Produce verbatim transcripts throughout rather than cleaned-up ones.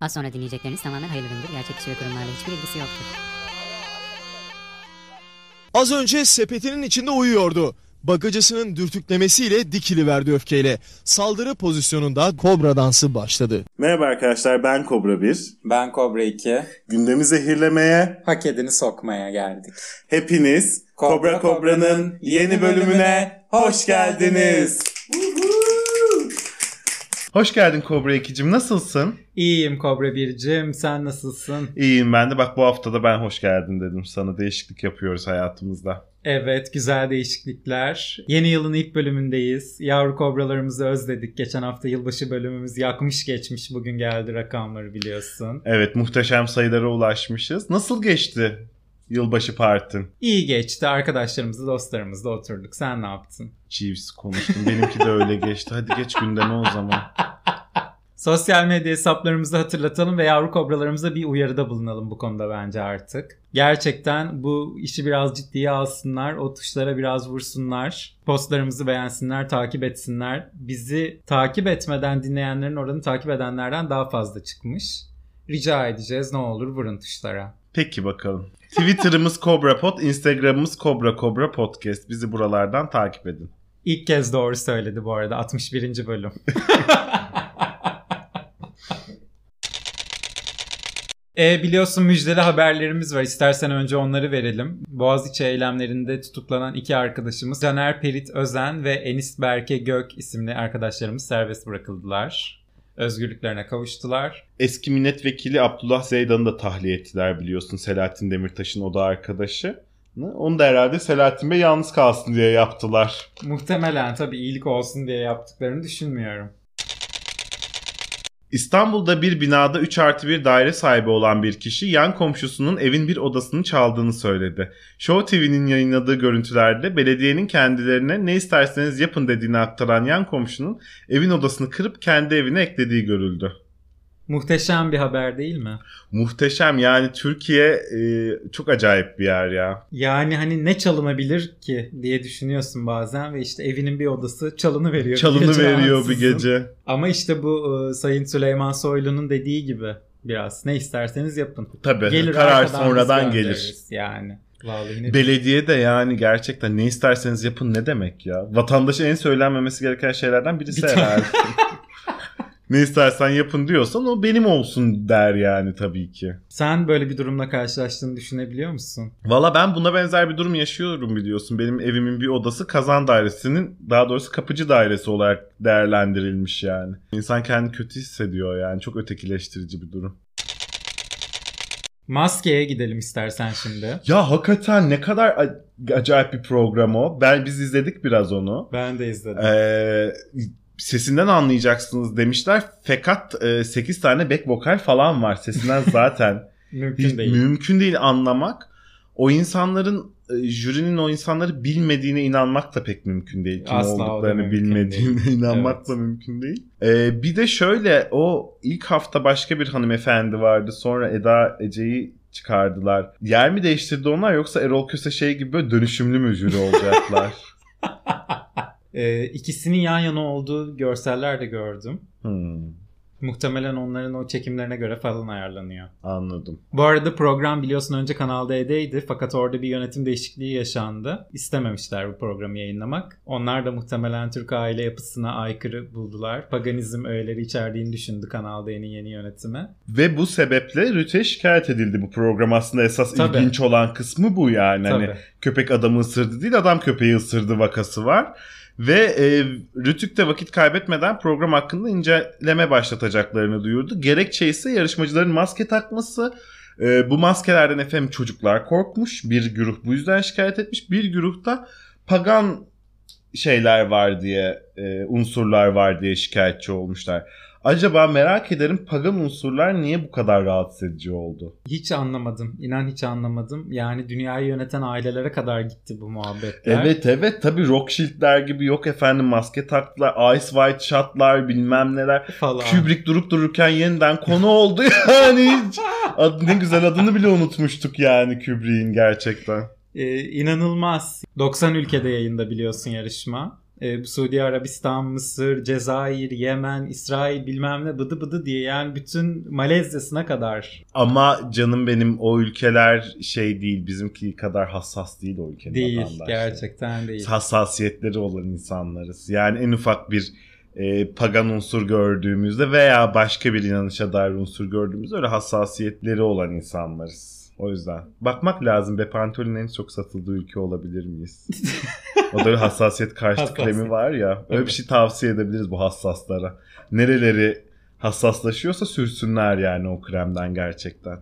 Az sonra dinleyecekleriniz tamamen hayırlı üründür. Gerçek kişi ve kurumlarla hiçbir ilgisi yoktur. Az önce sepetinin içinde uyuyordu. Bagacısının dürtüklemesiyle dikiliverdi öfkeyle. Saldırı pozisyonunda kobra dansı başladı. Merhaba arkadaşlar, ben Kobra bir. Ben Kobra iki. Gündemi zehirlemeye, hak edeni sokmaya geldik. Hepiniz Kobra Kobra'nın yeni bölümüne hoş geldiniz. Hoş geldin Kobra ikicim, nasılsın? İyiyim Kobra bircim, sen nasılsın? İyiyim ben de, bak bu hafta da ben hoş geldin dedim sana, değişiklik yapıyoruz hayatımızda. Evet, güzel değişiklikler. Yeni yılın ilk bölümündeyiz. Yavru kobralarımızı özledik. Geçen hafta yılbaşı bölümümüz yakmış geçmiş, bugün geldi rakamları biliyorsun. Evet, muhteşem sayılara ulaşmışız. Nasıl geçti yılbaşı partin? İyi geçti, arkadaşlarımızla dostlarımızla oturduk. Sen ne yaptın? Chiefs konuştum, benimki de öyle geçti. Hadi geç gündeme o zaman. Sosyal medya hesaplarımızı hatırlatalım ve yavru kobralarımıza bir uyarıda bulunalım bu konuda bence artık. Gerçekten bu işi biraz ciddiye alsınlar, o tuşlara biraz vursunlar, postlarımızı beğensinler, takip etsinler. Bizi takip etmeden dinleyenlerin oranı takip edenlerden daha fazla çıkmış. Rica edeceğiz, ne olur vurun tuşlara. Peki bakalım. Twitter'ımız KobraPod, Instagram'ımız Kobra Kobra Podcast. Bizi buralardan takip edin. İlk kez doğru söyledi bu arada, altmış birinci bölüm. E, biliyorsun müjdeli haberlerimiz var. İstersen önce onları verelim. Boğaziçi eylemlerinde tutuklanan iki arkadaşımız Caner Perit Özen ve Enis Berke Gök isimli arkadaşlarımız serbest bırakıldılar. Özgürlüklerine kavuştular. Eski milletvekili Abdullah Zeydan'ı da tahliye ettiler biliyorsun. Selahattin Demirtaş'ın o da arkadaşı. Onu da herhalde Selahattin Bey yalnız kalsın diye yaptılar. Muhtemelen, tabii iyilik olsun diye yaptıklarını düşünmüyorum. İstanbul'da bir binada üç artı bir daire sahibi olan bir kişi yan komşusunun evin bir odasını çaldığını söyledi. Show T V'nin yayınladığı görüntülerde belediyenin kendilerine ne isterseniz yapın dediğini aktaran yan komşunun evin odasını kırıp kendi evine eklediği görüldü. Muhteşem bir haber değil mi? Muhteşem, yani Türkiye e, çok acayip bir yer ya. Yani hani ne çalınabilir ki diye düşünüyorsun bazen ve işte evinin bir odası çalını veriyor. Çalını veriyor bir gece. Ama işte bu e, Sayın Süleyman Soylu'nun dediği gibi biraz ne isterseniz yapın. Tabii, gelir, karar sonradan gelir. Yani. Vallahi belediye de yani gerçekten ne isterseniz yapın ne demek ya? Vatandaşa en söylenmemesi gereken şeylerden birisi herhalde. Ne istersen yapın diyorsan o benim olsun der yani tabii ki. Sen böyle bir durumla karşılaştığını düşünebiliyor musun? Valla ben buna benzer bir durum yaşıyorum biliyorsun. Benim evimin bir odası kazan dairesinin, daha doğrusu kapıcı dairesi olarak değerlendirilmiş yani. İnsan kendini kötü hissediyor yani. Çok ötekileştirici bir durum. Maske'ye gidelim istersen şimdi. Ya hakikaten ne kadar acayip bir program o. Ben biz izledik biraz onu. Ben de izledim. Eee... Sesinden anlayacaksınız demişler. Fakat e, sekiz tane back vokal falan var. Sesinden zaten mümkün hiç, değil. Mümkün değil anlamak. O insanların, e, jürinin o insanları bilmediğine inanmak da pek mümkün değil. Kim asla olduklarını bilmediğine değil. inanmak evet. da mümkün değil. E, bir de şöyle, o ilk hafta başka bir hanımefendi vardı. Sonra Eda Ece'yi çıkardılar. Yer mi değiştirdi onlar, yoksa Erol Köse şey gibi böyle dönüşümlü mü jüri olacaklar? Ee, ikisinin yan yana olduğu görseller de gördüm. Hmm. Muhtemelen onların o çekimlerine göre falan ayarlanıyor. Anladım. Bu arada program biliyorsun önce Kanal D'deydi. Fakat orada bir yönetim değişikliği yaşandı. İstememişler bu programı yayınlamak. Onlar da muhtemelen Türk aile yapısına aykırı buldular. Paganizm öğeleri içerdiğini düşündü Kanal D'nin yeni yönetimi. Ve bu sebeple Rütü'ye şikayet edildi bu program. Aslında esas Tabii. ilginç olan kısmı bu yani. Hani köpek adamı ısırdı değil, adam köpeği ısırdı vakası var. Ve e, Rütük de vakit kaybetmeden program hakkında inceleme başlatacaklarını duyurdu. Gerekçe ise yarışmacıların maske takması. E, bu maskelerden efendim çocuklar korkmuş. Bir güruh bu yüzden şikayet etmiş. Bir güruhta pagan şeyler var diye, e, unsurlar var diye şikayetçi olmuşlar. Acaba merak ederim, pagan unsurlar niye bu kadar rahatsız edici oldu? Hiç anlamadım. İnan hiç anlamadım. Yani dünyayı yöneten ailelere kadar gitti bu muhabbetler. Evet evet tabii, Rothschild'ler gibi, yok efendim maske taktılar, Ice White Shot'lar bilmem neler falan. Kubrick durup dururken yeniden konu oldu yani. Hiç. Ad, ne güzel, adını bile unutmuştuk yani Kubrick'in gerçekten. Ee, inanılmaz. doksan ülkede yayında biliyorsun yarışma. e, Suudi Arabistan, Mısır, Cezayir, Yemen, İsrail bilmem ne bıdı bıdı diye yani bütün Malezya'sına kadar. Ama canım benim o ülkeler şey değil, bizimki kadar hassas değil o ülkenin Değil, vatandaşları. gerçekten değil. Hassasiyetleri olan insanlarız. Yani en ufak bir e, pagan unsur gördüğümüzde veya başka bir inanışa dair unsur gördüğümüzde öyle hassasiyetleri olan insanlarız. O yüzden bakmak lazım. Bepantolin en çok satıldığı ülke olabilir miyiz? O da öyle hassasiyet karşıtı Hassasiyet. kremi var ya. Öyle bir şey tavsiye edebiliriz bu hassaslara. Nereleri hassaslaşıyorsa sürsünler yani o kremden gerçekten.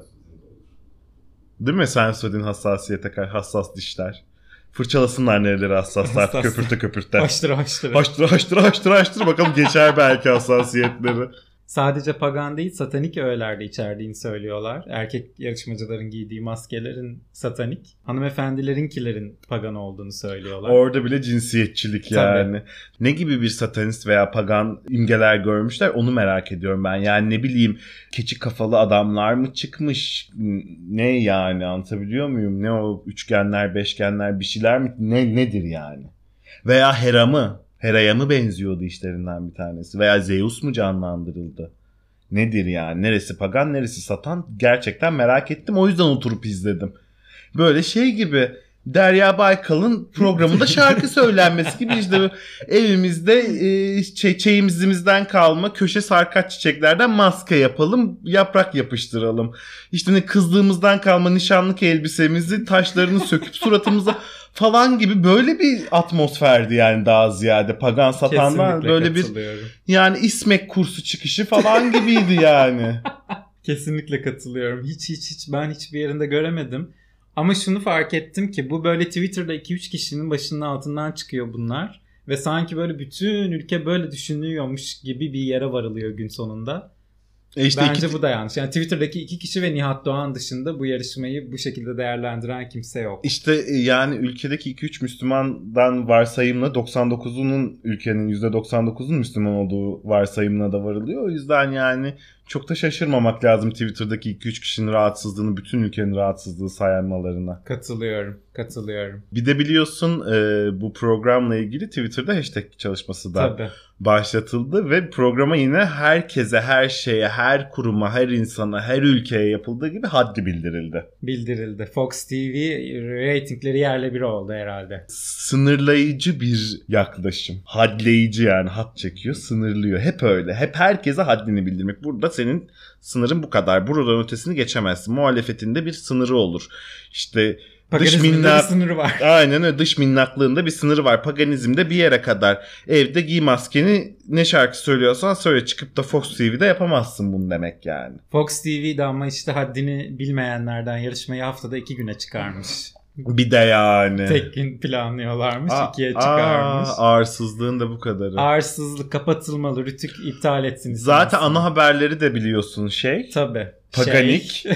Değil mi? Sensodyne hassasiyete karşı hassas dişler. Fırçalasınlar nereleri hassaslar. Hassas. Köpürte köpürte. Haştıra haştıra. Haştıra haştıra haştıra haştıra. Bakalım geçer belki hassasiyetleri. Sadece pagan değil, satanik öğeler de içerdiğini söylüyorlar. Erkek yarışmacıların giydiği maskelerin satanik, hanımefendilerinkilerin pagan olduğunu söylüyorlar. Orada bile cinsiyetçilik yani. Tabii. Ne gibi bir satanist veya pagan imgeler görmüşler onu merak ediyorum ben. Yani ne bileyim keçi kafalı adamlar mı çıkmış? Ne yani, anlatabiliyor muyum? Ne o üçgenler, beşgenler bir şeyler mi? Ne nedir yani? Veya Hera mı? Hera'ya mı benziyordu işlerinden bir tanesi? Veya Zeus mu canlandırıldı? Nedir yani? Neresi pagan, neresi satan? Gerçekten merak ettim. O yüzden oturup izledim. Böyle şey gibi Derya Baykal'ın programında şarkı söylenmesi gibi işte evimizde e, çe- çeyizimizden kalma köşe sarkaç çiçeklerden maske yapalım, yaprak yapıştıralım. İşte ne kızlığımızdan kalma nişanlık elbisemizi taşlarını söküp suratımıza falan gibi böyle bir atmosferdi yani daha ziyade pagan satanlar Kesinlikle böyle bir yani İSMEK kursu çıkışı falan gibiydi yani. Kesinlikle katılıyorum. Hiç hiç hiç ben hiçbir yerinde göremedim. Ama şunu fark ettim ki bu böyle Twitter'da iki üç kişinin başının altından çıkıyor bunlar. Ve sanki böyle bütün ülke böyle düşünüyormuş gibi bir yere varılıyor gün sonunda. E işte Bence iki... bu da yanlış. Yani Twitter'daki iki kişi ve Nihat Doğan dışında bu yarışmayı bu şekilde değerlendiren kimse yok. İşte yani ülkedeki iki üç Müslümandan varsayımla doksan dokuzunun ülkenin yüzde doksan dokuzun Müslüman olduğu varsayımına da varılıyor. O yüzden yani çok da şaşırmamak lazım Twitter'daki iki üç kişinin rahatsızlığını bütün ülkenin rahatsızlığı saymalarına. Katılıyorum. Katılıyorum. Bir de biliyorsun e, bu programla ilgili Twitter'da hashtag çalışması da Tabii. başlatıldı ve programa yine herkese, her şeye, her kuruma, her insana, her ülkeye yapıldığı gibi haddi bildirildi. Bildirildi. Fox T V reytingleri yerle bir oldu herhalde. Sınırlayıcı bir yaklaşım. Hadleyici yani, had çekiyor, sınırlıyor. Hep öyle. Hep herkese haddini bildirmek. Burada senin sınırın bu kadar. Buradan ötesini geçemezsin. Muhalefetinde bir sınırı olur. İşte dış minnak... bir sınırı var. Aynen öyle, dış minnaklığında bir sınırı var. Paganizmde bir yere kadar. Evde giy maskeni, ne şarkı söylüyorsan söyle, çıkıp da Fox T V'de yapamazsın bunu demek yani. Fox T V'de ama işte haddini bilmeyenlerden yarışmayı haftada iki güne çıkarmış. Bir de yani. Tek gün planlıyorlarmış, Aa, ikiye çıkarmış. Aa, arsızlığın da bu kadarı. Arsızlık kapatılmalı, Rütük iptal etsin. Zaten ana haberleri de biliyorsun şey. Tabii. Paganik. Şey.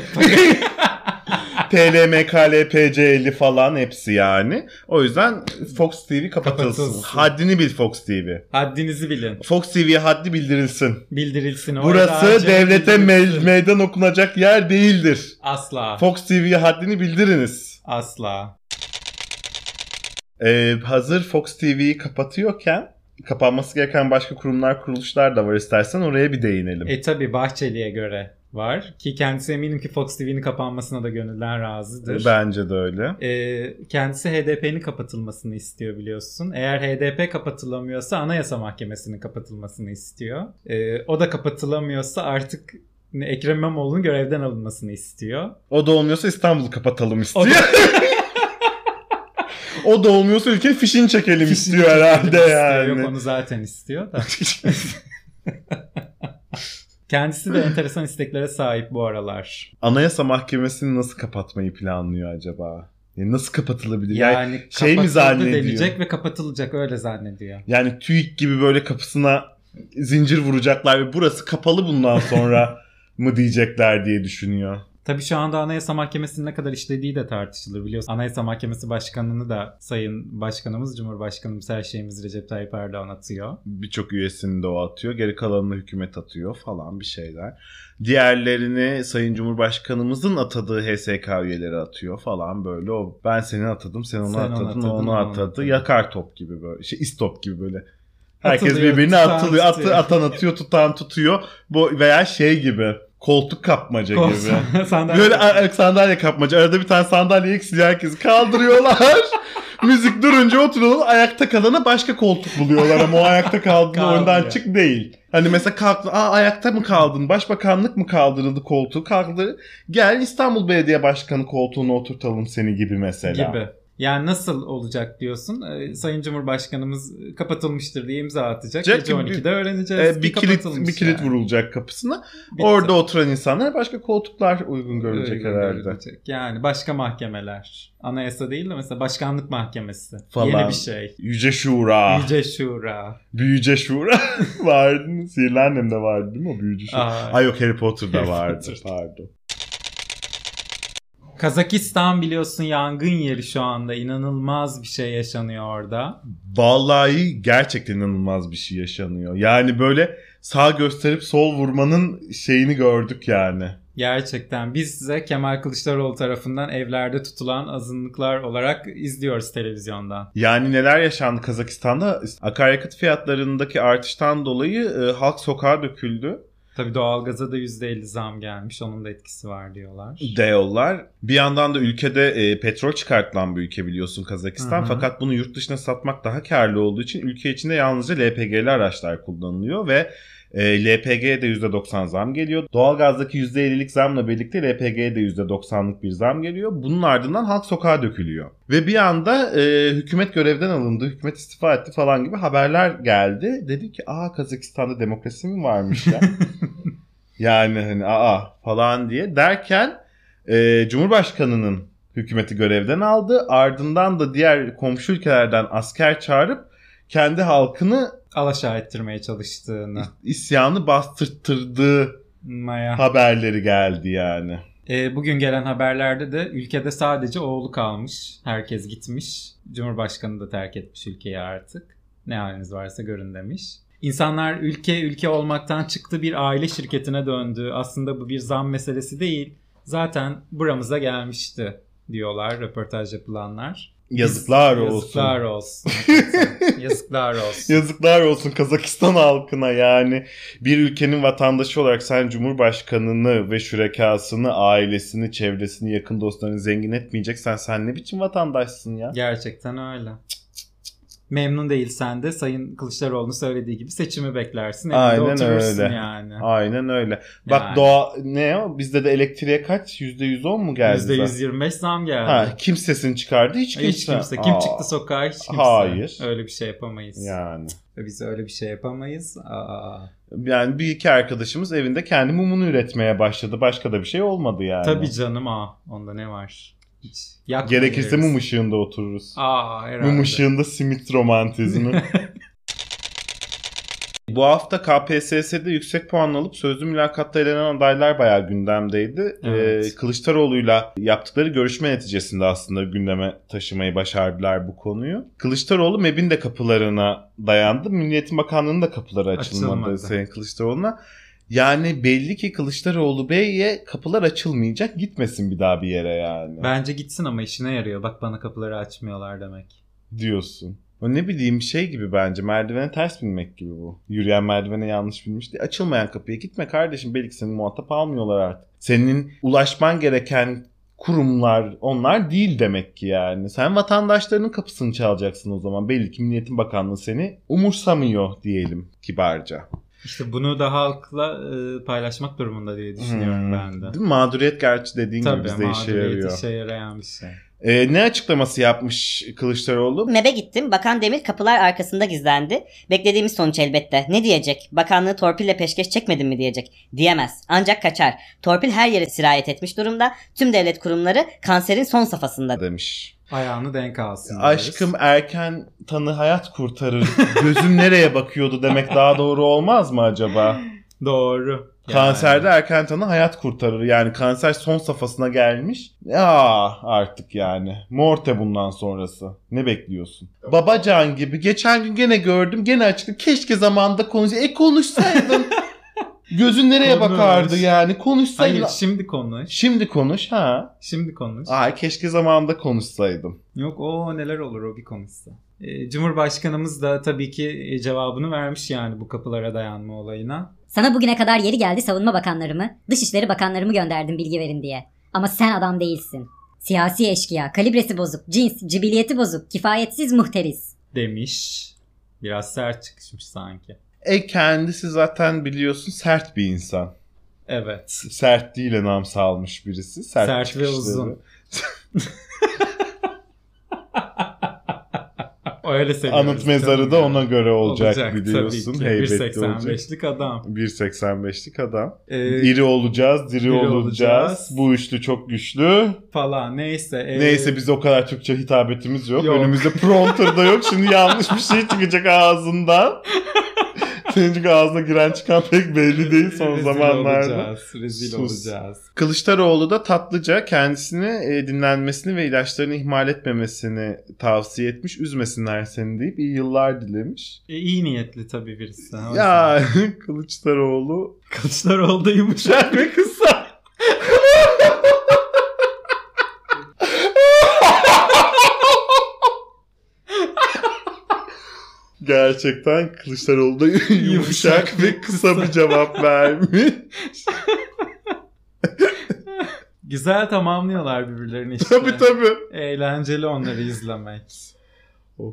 T L M K L P C elli falan hepsi yani. O yüzden Fox T V kapatılsın. Kapatılsın. Haddini bil Fox T V. Haddinizi bilin. Fox T V'ye haddi bildirilsin. Bildirilsin. Burası Orada devlete bildirilsin. me- meydan okunacak yer değildir. Asla. Fox T V'ye haddini bildiriniz. Asla. Ee, hazır Fox T V'yi kapatıyorken kapanması gereken başka kurumlar, kuruluşlar da var, istersen oraya bir değinelim. E tabi Bahçeli'ye göre var. Ki kendisi eminim ki Fox T V'nin kapanmasına da gönülden razıdır. Bence de öyle. E, kendisi H D P'nin kapatılmasını istiyor biliyorsun. Eğer H D P kapatılamıyorsa Anayasa Mahkemesi'nin kapatılmasını istiyor. E, o da kapatılamıyorsa artık Ekrem İmamoğlu'nun görevden alınmasını istiyor. O da olmuyorsa İstanbul'u kapatalım istiyor. O da... O da olmuyorsa ülkenin fişini çekelim Fişini istiyor çekelim herhalde istiyor. yani. Yok, onu zaten istiyor da. Kendisi de enteresan isteklere sahip bu aralar. Anayasa Mahkemesi'ni nasıl kapatmayı planlıyor acaba? Yani nasıl kapatılabilir? Yani, yani şey mi kapatıldı zannediyor? denilecek ve kapatılacak, öyle zannediyor. Yani TÜİK gibi böyle kapısına zincir vuracaklar ve burası kapalı bundan sonra mı diyecekler diye düşünüyor. Tabii şu anda Anayasa Mahkemesi'nin ne kadar işlediği de tartışılır biliyorsun. Anayasa Mahkemesi Başkanı'nı da Sayın Başkanımız, Cumhurbaşkanımız her şeyimiz Recep Tayyip Erdoğan atıyor. Birçok üyesini de o atıyor. Geri kalanını hükümet atıyor falan bir şeyler. Diğerlerini Sayın Cumhurbaşkanımızın atadığı H S K üyeleri atıyor falan böyle. O ben seni atadım, sen onu Sen atadın, onu atadın, o onu onu atadı. atadın. Yakar top gibi böyle. Şey istop gibi böyle. Herkes Atılıyor, birbirini tutan atılıyor. Atı, tutuyor. atan atıyor, tutan tutuyor. Bu veya şey gibi. Koltuk kapmaca gibi. Sandalye- Böyle a- sandalye kapmaca. Arada bir tane sandalye eksiliyor, herkesi kaldırıyorlar. Müzik durunca oturuyorlar. Ayakta kalana başka koltuk buluyorlar ama o ayakta kaldığında Kalmıyor. ondan açık değil. Hani mesela kalktın, aa ayakta mı kaldın? Başbakanlık mı kaldırıldı koltuğu? Kalktı. Gel İstanbul Belediye Başkanı koltuğuna oturtalım seni gibi mesela. Gibi. Yani nasıl olacak diyorsun? Ee, Sayın Cumhurbaşkanımız kapatılmıştır diye imza atacak. Jack Gece on ikide bir- öğreneceğiz. Ee, ki bir kilit kapatılmış bir kilit yani. vurulacak kapısına. Bitti. Orada oturan insanlar başka koltuklar uygun görecek Uygun herhalde. görülecek. Yani başka mahkemeler. Anayasa değil de mesela Başkanlık Mahkemesi. Falan. Yeni bir şey. Yüce Şura. Yüce Şura. Büyüce Şura vardı. Sihirli Annem'de vardı değil mi o Büyüce Şura? Aa, Ay yok, Harry Potter'da Harry vardı. Potter. Pardon. Kazakistan biliyorsun yangın yeri şu anda. İnanılmaz bir şey yaşanıyor orada. Vallahi gerçekten inanılmaz bir şey yaşanıyor. Yani böyle sağ gösterip sol vurmanın şeyini gördük yani. Gerçekten biz size Kemal Kılıçdaroğlu tarafından evlerde tutulan azınlıklar olarak izliyoruz televizyondan. Yani neler yaşandı Kazakistan'da? Akaryakıt fiyatlarındaki artıştan dolayı e, halk sokağa döküldü. Tabii doğalgaza da yüzde elli zam gelmiş. Onun da etkisi var diyorlar. Deyollar. Bir yandan da ülkede e, petrol çıkartılan bir ülke biliyorsun Kazakistan. Hı hı. Fakat bunu yurt dışına satmak daha karlı olduğu için ülke içinde yalnızca L P G'li araçlar kullanılıyor ve e, L P G'ye de yüzde doksan zam geliyor. Doğalgazdaki yüzde ellilik zamla birlikte L P G'ye de yüzde doksanlık bir zam geliyor. Bunun ardından halk sokağa dökülüyor. Ve bir anda e, hükümet görevden alındı, hükümet istifa etti falan gibi haberler geldi. Dedi ki aa Kazakistan'da demokrasi mi varmış ya? Yani hani aa falan diye derken e, Cumhurbaşkanı'nın hükümeti görevden aldı. Ardından da diğer komşu ülkelerden asker çağırıp kendi halkını Alaşağı ettirmeye çalıştığını. isyanı bastırttığı Maya. haberleri geldi yani. E, bugün gelen haberlerde de ülkede sadece oğlu kalmış. Herkes gitmiş. Cumhurbaşkanı da terk etmiş ülkeyi artık. Ne haliniz varsa görün demiş. İnsanlar ülke ülke olmaktan çıktı, bir aile şirketine döndü. Aslında bu bir zam meselesi değil. Zaten buramıza gelmişti diyorlar röportaj yapılanlar. Yazıklar olsun. Yazıklar olsun. Yazıklar olsun. Yazıklar olsun Kazakistan halkına yani. Bir ülkenin vatandaşı olarak sen Cumhurbaşkanını ve şürekasını, ailesini, çevresini, yakın dostlarını zengin etmeyeceksen sen ne biçim vatandaşsın ya? Gerçekten öyle. Memnun değilsen de Sayın Kılıçdaroğlu'nun söylediği gibi seçimi beklersin. Evinde Aynen oturursun öyle. yani. Aynen öyle. Bak Yani. doğa ne o? Bizde de elektriğe kaç? yüzde yüz on mu geldi? yüzde yüz zaten? yirmi beş zam geldi. Ha, kim sesini çıkardı? Hiç kimse. Hiç kimse. Kim Aa, çıktı sokağa? Hiç kimse. Hayır. Öyle bir şey yapamayız. Yani. Biz öyle bir şey yapamayız. Aa. Yani bir iki arkadaşımız evinde kendi mumunu üretmeye başladı. Başka da bir şey olmadı yani. Tabii canım aa. Onda ne var? Hiç yakmayız. Gerekirse mum ışığında otururuz. Aa herhalde. Mum ışığında simit romantizmi. Bu hafta K P S S'de yüksek puan alıp sözlü mülakatta elenen adaylar bayağı gündemdeydi. Evet. Ee, Kılıçdaroğlu'yla yaptıkları görüşme neticesinde aslında gündeme taşımayı başardılar bu konuyu. Kılıçdaroğlu M E B'in de kapılarına dayandı. Milli Eğitim Bakanlığı'nın da kapıları açılmadı, Açılmadı. Sayın Kılıçdaroğlu'na. Yani belli ki Kılıçdaroğlu Bey'e kapılar açılmayacak, gitmesin bir daha bir yere yani. Bence gitsin ama işine yarıyor. Bak bana kapıları açmıyorlar demek. Diyorsun. O ne bileyim şey gibi bence, merdivene ters binmek gibi bu. Yürüyen merdivene yanlış binmiş diye. Açılmayan kapıya gitme kardeşim, belki seni muhatap almıyorlar artık. Senin ulaşman gereken kurumlar onlar değil demek ki yani. Sen vatandaşlarının kapısını çalacaksın o zaman. Belli ki Milli Eğitim Bakanlığı seni umursamıyor diyelim kibarca. İşte bunu da halkla e, paylaşmak durumunda diye düşünüyorum Hmm. ben de. Değil mi? Mağduriyet gerçi dediğin Tabii gibi bizde işe mağduriyet yarıyor. işe yarayan bir şey. Ee, ne açıklaması yapmış Kılıçdaroğlu? M E B'e gittim. Bakan Demir kapılar arkasında gizlendi. Beklediğimiz sonuç elbette. Ne diyecek? Bakanlığı torpille peşkeş çekmedin mi diyecek. Diyemez. Ancak kaçar. Torpil her yere sirayet etmiş durumda. Tüm devlet kurumları kanserin son safhasında. Demiş. Ayağını denk alsın. diyoruz. Aşkım erken tanı hayat kurtarır. Gözün nereye bakıyordu demek daha doğru olmaz mı acaba? Doğru. Yani. Kanserde erken tanı hayat kurtarır. Yani kanser son safhasına gelmiş. Ya artık yani. Morte bundan sonrası. Ne bekliyorsun? Babacan gibi. Geçen gün gene gördüm. Gene açıkladı. Keşke zamanında konuş. E konuşsaydın. Gözün nereye Konuş. bakardı yani? Konuşsaydın. Hayır şimdi konuş. Şimdi konuş ha. Şimdi konuş. Ay keşke zamanında konuşsaydım. Yok o neler olur o bir konuşsa. Ee, Cumhurbaşkanımız da tabii ki cevabını vermiş yani bu kapılara dayanma olayına. Sana bugüne kadar yeri geldi savunma bakanlarımı, dışişleri bakanlarımı gönderdim bilgi verin diye. Ama sen adam değilsin. Siyasi eşkıya, kalibresi bozuk, cins, cibiliyeti bozuk, kifayetsiz muhteris. Demiş. Biraz sert çıkışmış sanki. E kendisi zaten biliyorsun sert bir insan. Evet. Sertliğiyle nam salmış birisi. Sert, Sert ve çıkışları. uzun. Öyle seviyoruz. Anıt mezarı da ona göre olacak, olacak biliyorsun. Tabii ki. Heybetli bir seksen beşlik olacak. adam. bir seksen beşlik adam. Ee, İri olacağız, diri, diri olacağız. olacağız. Bu üçlü çok güçlü. Falan neyse. Ee, Neyse biz o kadar Türkçe hitabetimiz yok. Yok. Önümüzde prompter'da yok. Şimdi yanlış bir şey çıkacak ağzından. Senin çünkü ağzına giren çıkan pek belli değil son rezil zamanlarda. Olacağız, rezil Sus. olacağız. Kılıçdaroğlu da tatlıca kendisini e, dinlenmesini ve ilaçlarını ihmal etmemesini tavsiye etmiş. Üzmesinler seni deyip iyi yıllar dilemiş. E, iyi niyetli tabii birisi. O Ya Kılıçdaroğlu Kılıçdaroğlu da yumuşak ve kısa. gerçekten Kılıçdaroğlu da yumuşak ve kısa bir cevap vermiş. Güzel tamamlıyorlar birbirlerini işte. Tabii tabii. Eğlenceli onları izlemek. Of.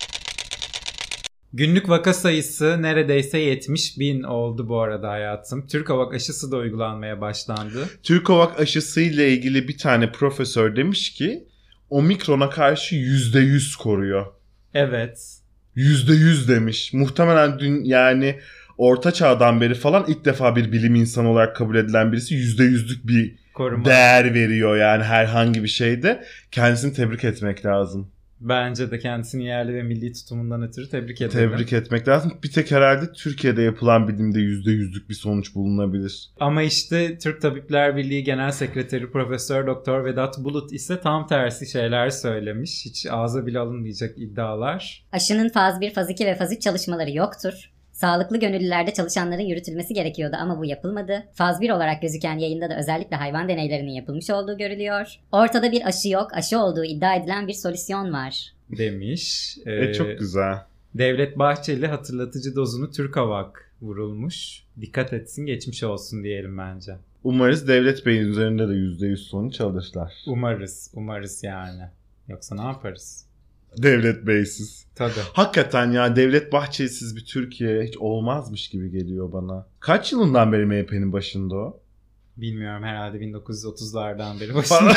Günlük vaka sayısı neredeyse yetmiş bin oldu bu arada hayatım. Türkovak aşısı da uygulanmaya başlandı. Türkovak aşısı ile ilgili bir tane profesör demiş ki Omikron'a karşı yüzde yüz koruyor. Evet. yüzde yüz demiş. Muhtemelen dün yani orta çağdan beri falan ilk defa bir bilim insanı olarak kabul edilen birisi yüzde yüzlük bir koruma, değer veriyor yani herhangi bir şeyde. Kendisini tebrik etmek lazım. Bence de kendisini yerli ve milli tutumundan ötürü tebrik ederim. Tebrik etmek lazım. Bir tek herhalde Türkiye'de yapılan bilimde yüzde yüzlük bir sonuç bulunabilir. Ama işte Türk Tabipler Birliği Genel Sekreteri Profesör Doktor Vedat Bulut ise tam tersi şeyler söylemiş. Hiç ağza bile alınmayacak iddialar. Aşının faz bir, faz iki ve faz üç çalışmaları yoktur. Sağlıklı gönüllülerde çalışanların yürütülmesi gerekiyordu ama bu yapılmadı. Faz bir olarak gözüken yayında da özellikle hayvan deneylerinin yapılmış olduğu görülüyor. Ortada bir aşı yok, aşı olduğu iddia edilen bir solüsyon var. Demiş. E ee, çok güzel. Devlet Bahçeli hatırlatıcı dozunu Türkovak vurulmuş. Dikkat etsin, geçmiş olsun diyelim bence. Umarız Devlet Bey'in üzerinde de yüzde yüz sonuç alırlar. Umarız, umarız yani. Yoksa ne yaparız? Devlet Bey'siz. Tabii. Hakikaten ya Devlet Bahçeli'siz bir Türkiye hiç olmazmış gibi geliyor bana. Kaç yılından beri M H P'nin başında o? Bilmiyorum, herhalde bin dokuz yüz otuzlardan beri başında.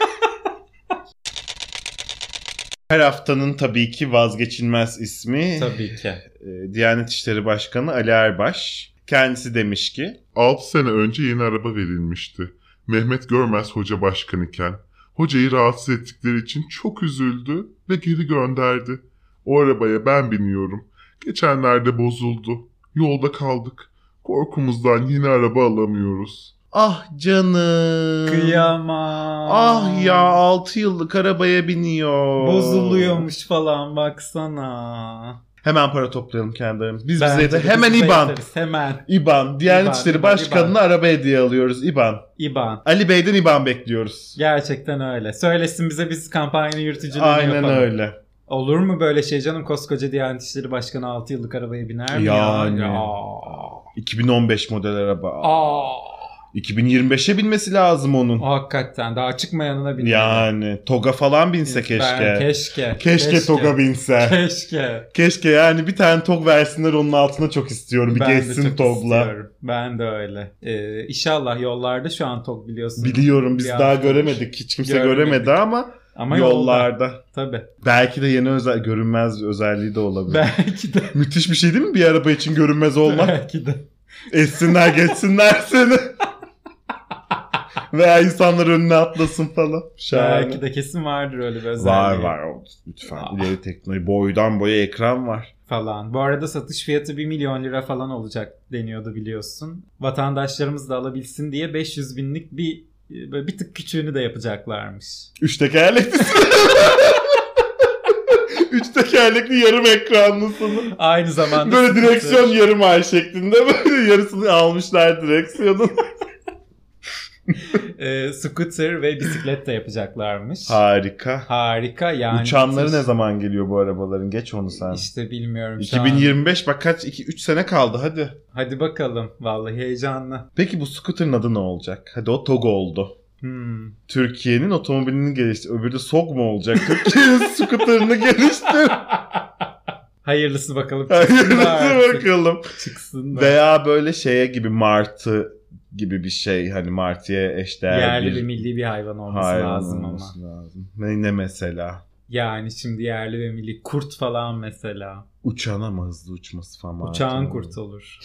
Her haftanın tabii ki vazgeçilmez ismi. Tabii ki. Diyanet İşleri Başkanı Ali Erbaş. Kendisi demiş ki altı sene önce yeni araba verilmişti. Mehmet Görmez hoca başkan iken. Hocayı rahatsız ettikleri için çok üzüldü ve geri gönderdi. O arabaya ben biniyorum. Geçenlerde bozuldu. Yolda kaldık. Korkumuzdan yeni araba alamıyoruz. Ah canım. Kıyamam. Ah ya altı yıllık arabaya biniyor. Bozuluyormuş falan baksana. Hemen para toplayalım kendi aramızda. Biz Bence bize de de hemen biz İban. bekleriz, hemen. İban. Diyanet İban, İşleri İban, Başkanı'na İban. araba hediye alıyoruz. İban. İban. Ali Bey'den İban bekliyoruz. Gerçekten öyle. Söylesin bize, biz kampanyanın yürütücülüğünü Aynen yapalım. öyle. Olur mu böyle şey canım? Koskoca Diyanet İşleri Başkanı altı yıllık arabaya biner mi Yani. ya? iki bin on beş model araba. Aa. iki bin yirmi beşe binmesi lazım onun. Hakikaten daha çıkmayanına binmeli. Yani Toga falan binse keşke. Ben, keşke. Keşke Toga binse. Keşke. Keşke yani bir tane Tog versinler onun altına çok istiyorum. Bir Ben de geçsin çok Tog'la. istiyorum. Ben de öyle. Ee, inşallah yollarda şu an Tog biliyorsun. Biliyorum biz Bir daha haftadır. göremedik. Hiç kimse Görmedik. göremedi ama, Ama yollarda. Yolda. Tabii. Belki de yeni özel görünmez özelliği de olabilir. Belki de. Müthiş bir şey değil mi bir araba için görünmez olmak? Belki de. Etsinler geçsinler seni. Veya insanlar önüne atlasın falan. Şahane. Belki de kesin vardır öyle bir özelliği. Var var. Lütfen. Aa. İleri teknoloji. Boydan boya ekran var. falan. Bu arada satış fiyatı bir milyon lira falan olacak deniyordu biliyorsun. Vatandaşlarımız da alabilsin diye beş yüz binlik bir böyle bir tık küçüğünü de yapacaklarmış. Üç tekerlekli. Üç tekerlekli yarım ekranlısını. Aynı zamanda. Böyle direksiyon yarım ay şeklinde böyle yarısını almışlar direksiyonun. e, scooter ve bisiklet de yapacaklarmış. Harika. Harika yani. Uçanları müthiş. ne zaman geliyor bu arabaların? Geç onu sen. İşte bilmiyorum. iki bin yirmi beş an... bak kaç? iki üç sene kaldı hadi. Hadi bakalım. Vallahi heyecanlı. Peki bu scooter'ın adı ne olacak? Hadi o TOG oldu. Hmm. Türkiye'nin otomobilini geliştir. Öbürü de SOG mu olacak? Türkiye'nin scooter'ını geliştir. Hayırlısı bakalım. Hayırlısı bakalım. Çıksın. Veya böyle şeye gibi martı gibi bir şey. Hani martıya eşdeğer yerli bir... ve milli bir hayvan olması hayvan lazım olması ama. Lazım. Ne, ne mesela? Yani şimdi yerli ve milli kurt falan mesela. Uçan ama hızlı uçması falan. Uçağın martı kurt olur.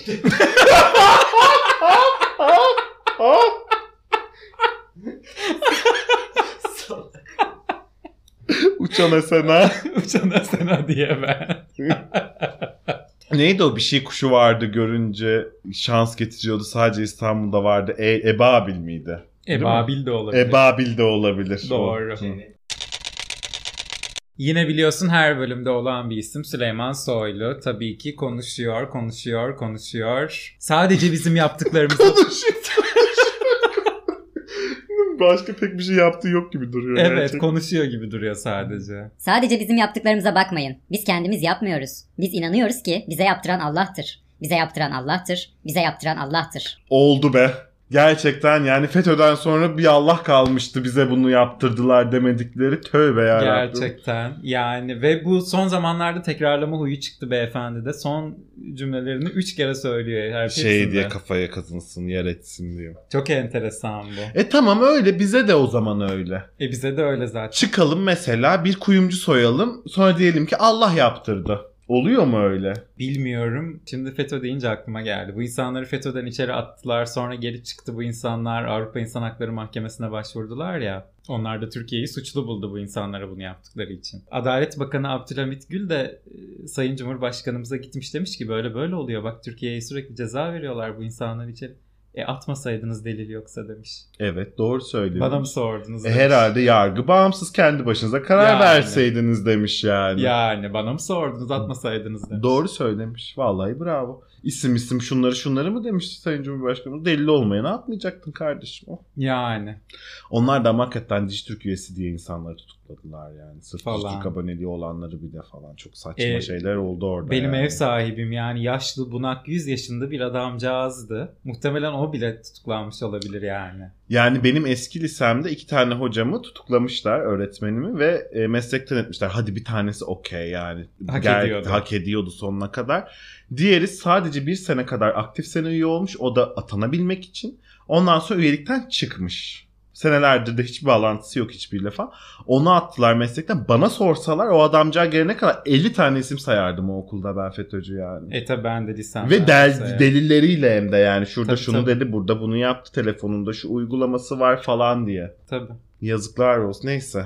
Uçan Esena. Uçan Esena diye ben. Neydi o bir şey kuşu vardı görünce şans getiriyordu sadece İstanbul'da vardı. E, Ebabil miydi? Ebabil de olabilir. Ebabil de olabilir. Doğru. O. Yine biliyorsun her bölümde olan bir isim Süleyman Soylu. Tabii ki konuşuyor, konuşuyor, konuşuyor. Sadece bizim yaptıklarımızı... konuşuyor. Başka pek bir şey yaptığı yok gibi duruyor. Evet gerçekten. Konuşuyor gibi duruyor sadece. Sadece bizim yaptıklarımıza bakmayın. Biz kendimiz yapmıyoruz. Biz inanıyoruz ki bize yaptıran Allah'tır. Bize yaptıran Allah'tır. Bize yaptıran Allah'tır. Oldu be. Gerçekten yani FETÖ'den sonra bir Allah kalmıştı bize bunu yaptırdılar demedikleri tövbe yarabbim. Gerçekten yani ve bu son zamanlarda tekrarlama huyu çıktı beyefendi de son cümlelerini üç kere söylüyor her Şey hepsinde. diye kafaya kazınsın yer etsin diyor. Çok enteresan bu. E tamam öyle bize de o zaman öyle. E bize de öyle zaten. Çıkalım mesela bir kuyumcu soyalım sonra diyelim ki Allah yaptırdı. Oluyor mu öyle? Bilmiyorum. Şimdi FETÖ deyince aklıma geldi. Bu insanları FETÖ'den içeri attılar. Sonra geri çıktı bu insanlar. Avrupa İnsan Hakları Mahkemesi'ne başvurdular ya. Onlar da Türkiye'yi suçlu buldu bu insanlara bunu yaptıkları için. Adalet Bakanı Abdülhamit Gül de e, Sayın Cumhurbaşkanımıza gitmiş demiş ki böyle böyle oluyor. Bak Türkiye'ye sürekli ceza veriyorlar bu insanlar içeri. E atmasaydınız delil yoksa demiş. Evet doğru söylüyorsun. Bana mı sordunuz? E, herhalde yargı bağımsız kendi başınıza karar Yani. verseydiniz demiş yani. Yani bana mı sordunuz atmasaydınız demiş. Doğru söylemiş. Vallahi bravo. İsim isim şunları şunları mı demişti Sayın Cumhurbaşkanı? Delil olmayana atmayacaktın kardeşim o. Yani. Onlar da hakikaten Dijitürk üyesi diye insanları tutukladılar yani. Sırf Falan. Dijitürk aboneliği olanları bile falan. Çok saçma Ee, şeyler oldu orada. Benim yani. ev sahibim yani yaşlı bunak yüz yaşında bir adamcağızdı. Muhtemelen o bile tutuklanmış olabilir yani. Yani benim eski lisemde iki tane hocamı tutuklamışlar öğretmenimi ve e, meslekten etmişler. Hadi bir tanesi okey yani. Hak Gel, ediyordu. Hak ediyordu sonuna kadar. Diğeri sadece bir sene kadar aktif sene üye olmuş. O da atanabilmek için. Ondan sonra üyelikten çıkmış. Senelerdir de hiçbir bağlantısı yok hiçbiriyle falan. Onu attılar meslekten. Bana sorsalar o adamcağız gelene kadar elli tane isim sayardım o okulda ben FETÖ'cü yani. E tabi ben de lisem. Ve del, delilleriyle hem de yani şurada Tabii, şunu tabii. dedi burada bunu yaptı telefonunda şu uygulaması var falan diye. Tabii. Yazıklar olsun neyse.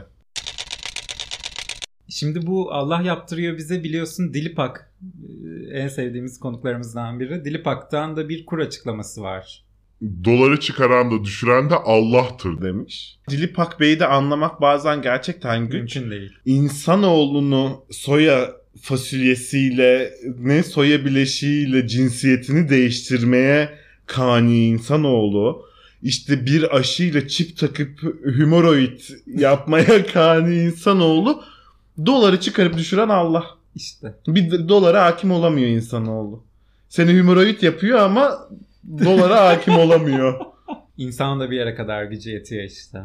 Şimdi bu Allah yaptırıyor bize biliyorsun Dilipak en sevdiğimiz konuklarımızdan biri. Dilipak'tan da bir kur açıklaması var. Doları çıkaran da düşüren de Allah'tır Demiş. Dilipak Bey'i de anlamak bazen gerçekten güç. Mümkün değil. İnsanoğlunu soya fasulyesiyle ne soya bileşiğiyle cinsiyetini değiştirmeye kani insanoğlu. İşte bir aşıyla çip takıp hemoroid yapmaya kani insanoğlu. Doları çıkarıp düşüren Allah. İşte. Bir dolara hakim olamıyor insanoğlu. Seni hemoroid yapıyor ama dolara hakim olamıyor. İnsan da bir yere kadar gücü yetiyor işte.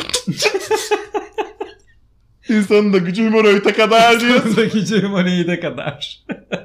İnsanın da gücü hemoroide kadar diyor. İnsanın da gücü hemoroide kadar.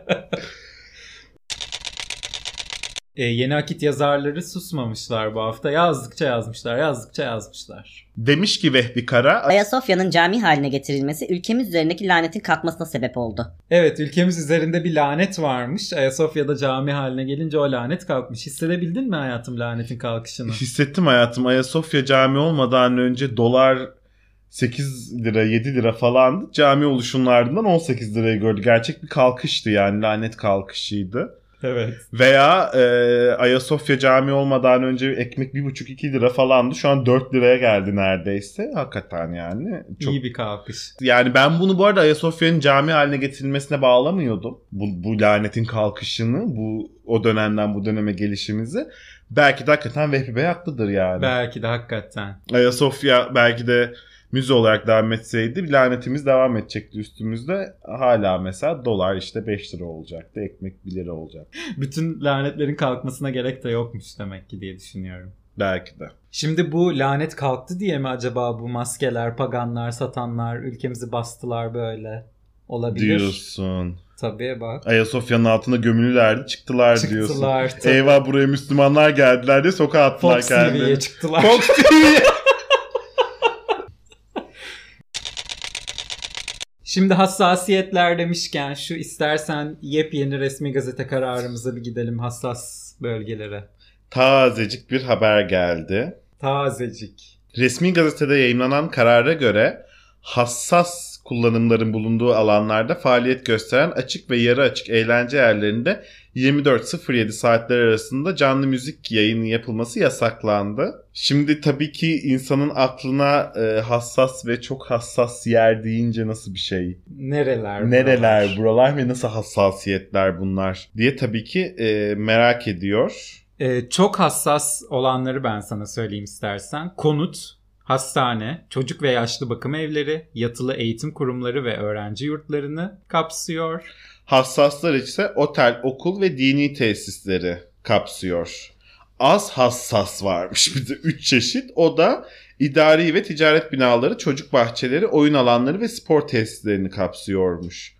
E, Yeni Akit yazarları susmamışlar bu hafta. Yazdıkça yazmışlar, yazdıkça yazmışlar. Demiş ki Vehbi Kara. Ayasofya'nın cami haline getirilmesi ülkemiz üzerindeki lanetin kalkmasına sebep oldu. Evet, ülkemiz üzerinde bir lanet varmış. Ayasofya'da cami haline gelince o lanet kalkmış. Hissedebildin mi hayatım lanetin kalkışını? Hissettim hayatım. Ayasofya cami olmadan önce dolar sekiz lira yedi lira falandı. Cami oluşunun ardından on sekiz liraya gördü. Gerçek bir kalkıştı yani, lanet kalkışıydı. Evet. Veya e, Ayasofya Camii olmadan önce ekmek bir buçuk iki lira falandı. Şu an dört liraya geldi neredeyse. Hakikaten yani. Çok... İyi bir kalkış. Yani ben bunu bu arada Ayasofya'nın cami haline getirilmesine bağlamıyordum. Bu, bu lanetin kalkışını, bu o dönemden bu döneme gelişimizi. Belki de hakikaten Vehbi Bey haklıdır yani. Belki de hakikaten. Ayasofya belki de müze olarak devam etseydi lanetimiz devam edecekti üstümüzde. Hala mesela dolar işte beş lira olacaktı. Ekmek bir lira olacak. Bütün lanetlerin kalkmasına gerek de yokmuş demek ki diye düşünüyorum. Belki de. Şimdi bu lanet kalktı diye mi acaba bu maskeler, paganlar, satanlar ülkemizi bastılar böyle? Olabilir. Diyorsun. Tabii bak. Ayasofya'nın altına gömülülerdi, çıktılar, Çıktılar diyorsun. tabii. Eyvah buraya Müslümanlar geldiler diye sokağa attılar Fox kendilerini. T V'ye çıktılar. Fox T V'ye. Şimdi hassasiyetler demişken şu istersen yepyeni resmi gazete kararımıza bir gidelim hassas bölgelere. Tazecik bir haber geldi. Tazecik. Resmi gazetede yayımlanan karara göre hassas kullanımların bulunduğu alanlarda faaliyet gösteren açık ve yarı açık eğlence yerlerinde yirmi dört yedi saatler arasında canlı müzik yayını yapılması yasaklandı. Şimdi tabii ki insanın aklına e, hassas ve çok hassas yer deyince nasıl bir şey? Nereler? Nereler buralar, buralar ve nasıl hassasiyetler bunlar diye tabii ki e, merak ediyor. Ee, çok hassas olanları ben sana söyleyeyim istersen. Konut, hastane, çocuk ve yaşlı bakım evleri, yatılı eğitim kurumları ve öğrenci yurtlarını kapsıyor. Hassaslar ise otel, okul ve dini tesisleri kapsıyor. Az hassas varmış bir de üç çeşit. O da idari ve ticaret binaları, çocuk bahçeleri, oyun alanları ve spor tesislerini kapsıyormuş.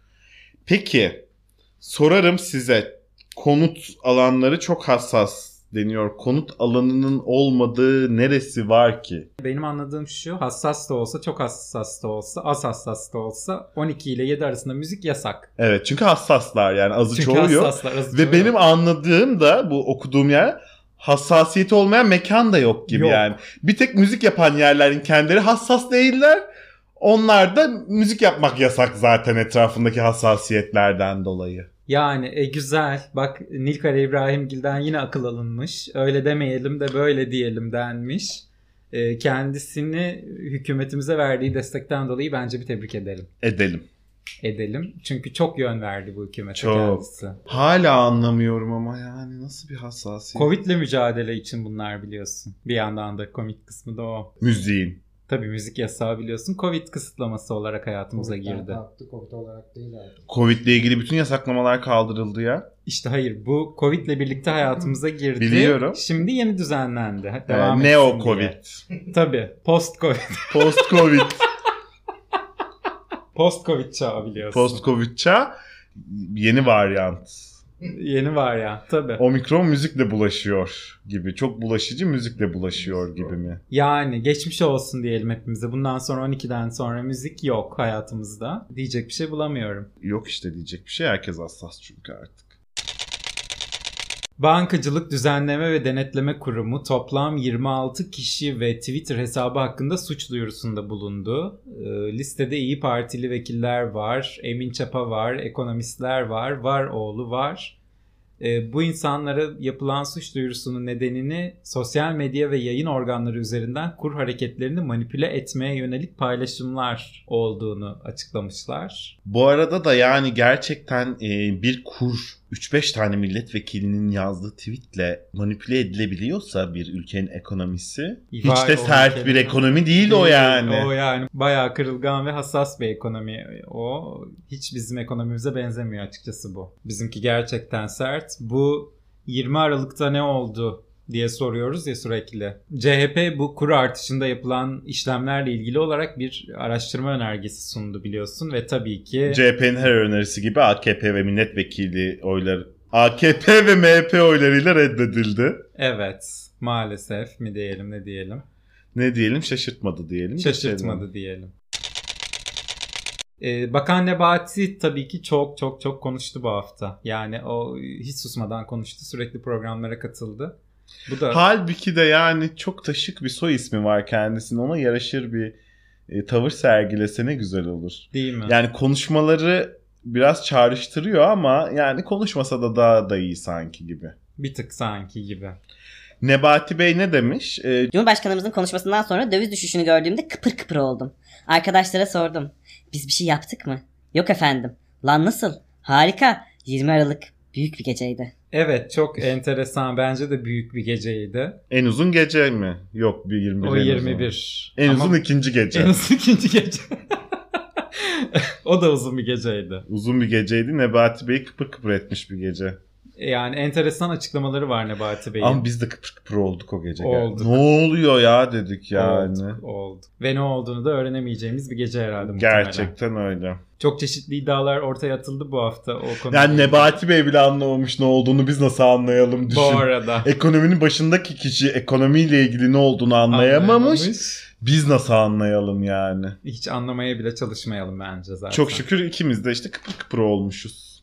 Peki sorarım size, konut alanları çok hassas deniyor. Konut alanının olmadığı neresi var ki? Benim anladığım şu, hassas da olsa, çok hassas da olsa, az hassas da olsa on iki ile yedi arasında müzik yasak. Evet, çünkü hassaslar yani azı Çünkü çoğu yok. hassaslar, azı Ve çoğu benim yok. anladığım da bu okuduğum yer hassasiyeti olmayan mekan da yok gibi Yok. yani. Bir tek müzik yapan yerlerin kendileri hassas değiller. Onlar da müzik yapmak yasak zaten etrafındaki hassasiyetlerden dolayı. Yani e, güzel. Bak Nilkare İbrahimgil'den yine akıl alınmış. Öyle demeyelim de böyle diyelim denmiş. E, kendisini hükümetimize verdiği destekten dolayı bence bir tebrik edelim. Edelim. Edelim. Çünkü çok yön verdi bu hükümete Çok. kendisi. Hala anlamıyorum ama yani nasıl bir hassasiyet. Covid'le mücadele için bunlar biliyorsun. Bir yandan da komik kısmı da o. Müziğin. Tabii müzik yasağı biliyorsun. Covid kısıtlaması olarak hayatımıza Covid'den girdi. kalktı, Covid olarak değil artık. Covid'le ilgili bütün yasaklamalar kaldırıldı ya. İşte hayır, bu Covid'le birlikte hayatımıza girdi. Biliyorum. Şimdi yeni düzenlendi. Ee, Devam ne o etsin diye. Covid? Tabii. Post-Covid. Post-Covid. Post-Covid çağı biliyorsun. Post-Covid çağ yeni varyant. Yeni var ya. Tabii. Omikron müzikle bulaşıyor gibi. Çok bulaşıcı müzikle bulaşıyor gibi mi? Yani geçmiş olsun diyelim hepimize. Bundan sonra on ikiden sonra müzik yok hayatımızda. Diyecek bir şey bulamıyorum. Yok işte diyecek bir şey. Herkes hassas çünkü artık. Bankacılık Düzenleme ve Denetleme Kurumu toplam yirmi altı kişi ve Twitter hesabı hakkında suç duyurusunda bulundu. E, listede İyi Partili vekiller var, Emin Çapa var, ekonomistler var, Varoğlu var. E, bu insanlara yapılan suç duyurusunun nedenini sosyal medya ve yayın organları üzerinden kur hareketlerini manipüle etmeye yönelik paylaşımlar olduğunu açıklamışlar. Bu arada da yani gerçekten e, bir kur üç beş tane milletvekilinin yazdığı tweetle manipüle edilebiliyorsa bir ülkenin ekonomisi hiç Vay de o sert ülkenin- bir ekonomi değil o yani. O yani bayağı kırılgan ve hassas bir ekonomi o. Hiç bizim ekonomimize benzemiyor açıkçası bu. Bizimki gerçekten sert. Bu yirmi Aralık'ta ne oldu diye soruyoruz ya sürekli. C H P bu kur artışında yapılan işlemlerle ilgili olarak bir araştırma önergesi sundu biliyorsun ve tabii ki C H P'nin her önerisi gibi A K P ve milletvekili oyları A K P ve M H P oylarıyla reddedildi. evet maalesef mi diyelim ne diyelim. Ne diyelim, şaşırtmadı diyelim. Şaşırtmadı Geçelim. diyelim. Ee, Bakan Nebati tabii ki çok çok çok konuştu bu hafta. Yani o hiç susmadan konuştu. Sürekli programlara katıldı. Bu da Halbuki de yani çok taşık bir soy ismi var kendisinin. Ona yaraşır bir e, tavır sergilese ne güzel olur. Değil mi? Yani konuşmaları biraz çağrıştırıyor ama yani konuşmasa da daha da iyi sanki gibi. Bir tık sanki gibi. Nebati Bey ne demiş? Ee, Cumhurbaşkanımızın konuşmasından sonra döviz düşüşünü gördüğümde kıpır kıpır oldum. Arkadaşlara sordum. Biz bir şey yaptık mı? Yok efendim. Lan nasıl? Harika. yirmi Aralık büyük bir geceydi. Evet, çok enteresan. Bence de büyük bir geceydi. En uzun gece mi? Yok, bir yirmi bir. O yirmi bir. En Ama uzun ikinci gece. En uzun ikinci gece. O da uzun bir geceydi. Uzun bir geceydi. Nebati Bey kıpır kıpır etmiş bir gece. Yani enteresan açıklamaları var Nebati Bey'in. Ama biz de kıpır kıpır olduk o gece. Olduk. Ne oluyor ya dedik yani. Olduk, olduk. Ve ne olduğunu da öğrenemeyeceğimiz bir gece herhalde muhtemelen. Gerçekten öyle. Çok çeşitli iddialar ortaya atıldı bu hafta o konuda. Yani Nebati Bey bile anlamamış ne olduğunu, biz nasıl anlayalım düşün. Bu arada. Ekonominin başındaki kişi ekonomiyle ilgili ne olduğunu anlayamamış. anlayamamış. Biz nasıl anlayalım yani? Hiç anlamaya bile çalışmayalım bence zaten. Çok şükür ikimiz de işte kıpır kıpır olmuşuz.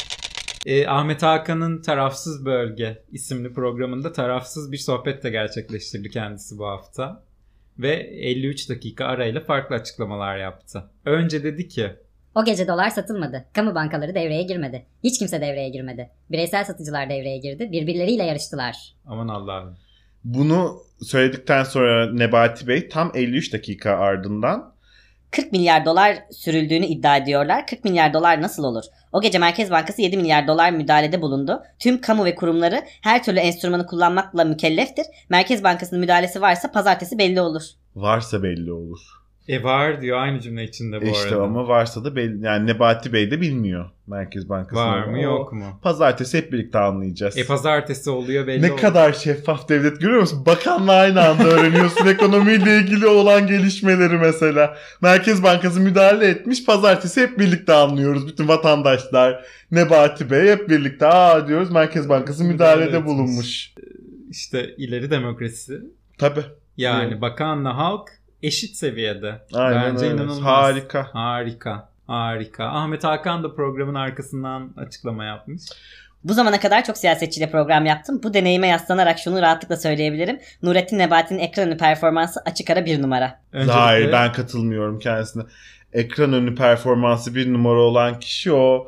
E, Ahmet Hakan'ın Tarafsız Bölge isimli programında tarafsız bir sohbet de gerçekleştirdi kendisi bu hafta. Ve elli üç dakika arayla farklı açıklamalar yaptı. Önce dedi ki: O gece dolar satılmadı. Kamu bankaları devreye girmedi. Hiç kimse devreye girmedi. Bireysel satıcılar devreye girdi. Birbirleriyle yarıştılar. Aman Allah'ım. Bunu söyledikten sonra Nebati Bey tam elli üç dakika ardından kırk milyar dolar sürüldüğünü iddia ediyorlar. kırk milyar dolar nasıl olur? O gece Merkez Bankası yedi milyar dolar müdahalede bulundu. Tüm kamu ve kurumları her türlü enstrümanı kullanmakla mükelleftir. Merkez Bankası'nın müdahalesi varsa pazartesi belli olur. Varsa belli olur. E var diyor aynı cümle içinde bu e işte arada. Ama varsa da belli. Yani Nebati Bey de bilmiyor Merkez Bankası'nın. Var mı yok mu? Pazartesi hep birlikte anlayacağız. E pazartesi oluyor belli Ne olur. kadar şeffaf devlet, görüyor musun? Bakanla aynı anda öğreniyorsun ekonomiyle ilgili olan gelişmeleri mesela. Merkez Bankası müdahale etmiş, pazartesi hep birlikte anlıyoruz. Bütün vatandaşlar, Nebati Bey hep birlikte aa diyoruz, Merkez Bankası müdahalede Müdahale bulunmuş. İşte ileri demokrasi. Tabii. Yani Evet. bakanla halk eşit seviyede. Aynen Bence öyle. inanılmaz. Harika. Harika. Harika. Ahmet Hakan da programın arkasından açıklama yapmış. Bu zamana kadar çok siyasetçiyle program yaptım. Bu deneyime yaslanarak şunu rahatlıkla söyleyebilirim. Nurettin Nebati'nin ekran önü performansı açık ara bir numara. Öncelikle... Hayır, ben katılmıyorum kendisine. Ekran önü performansı bir numara olan kişi o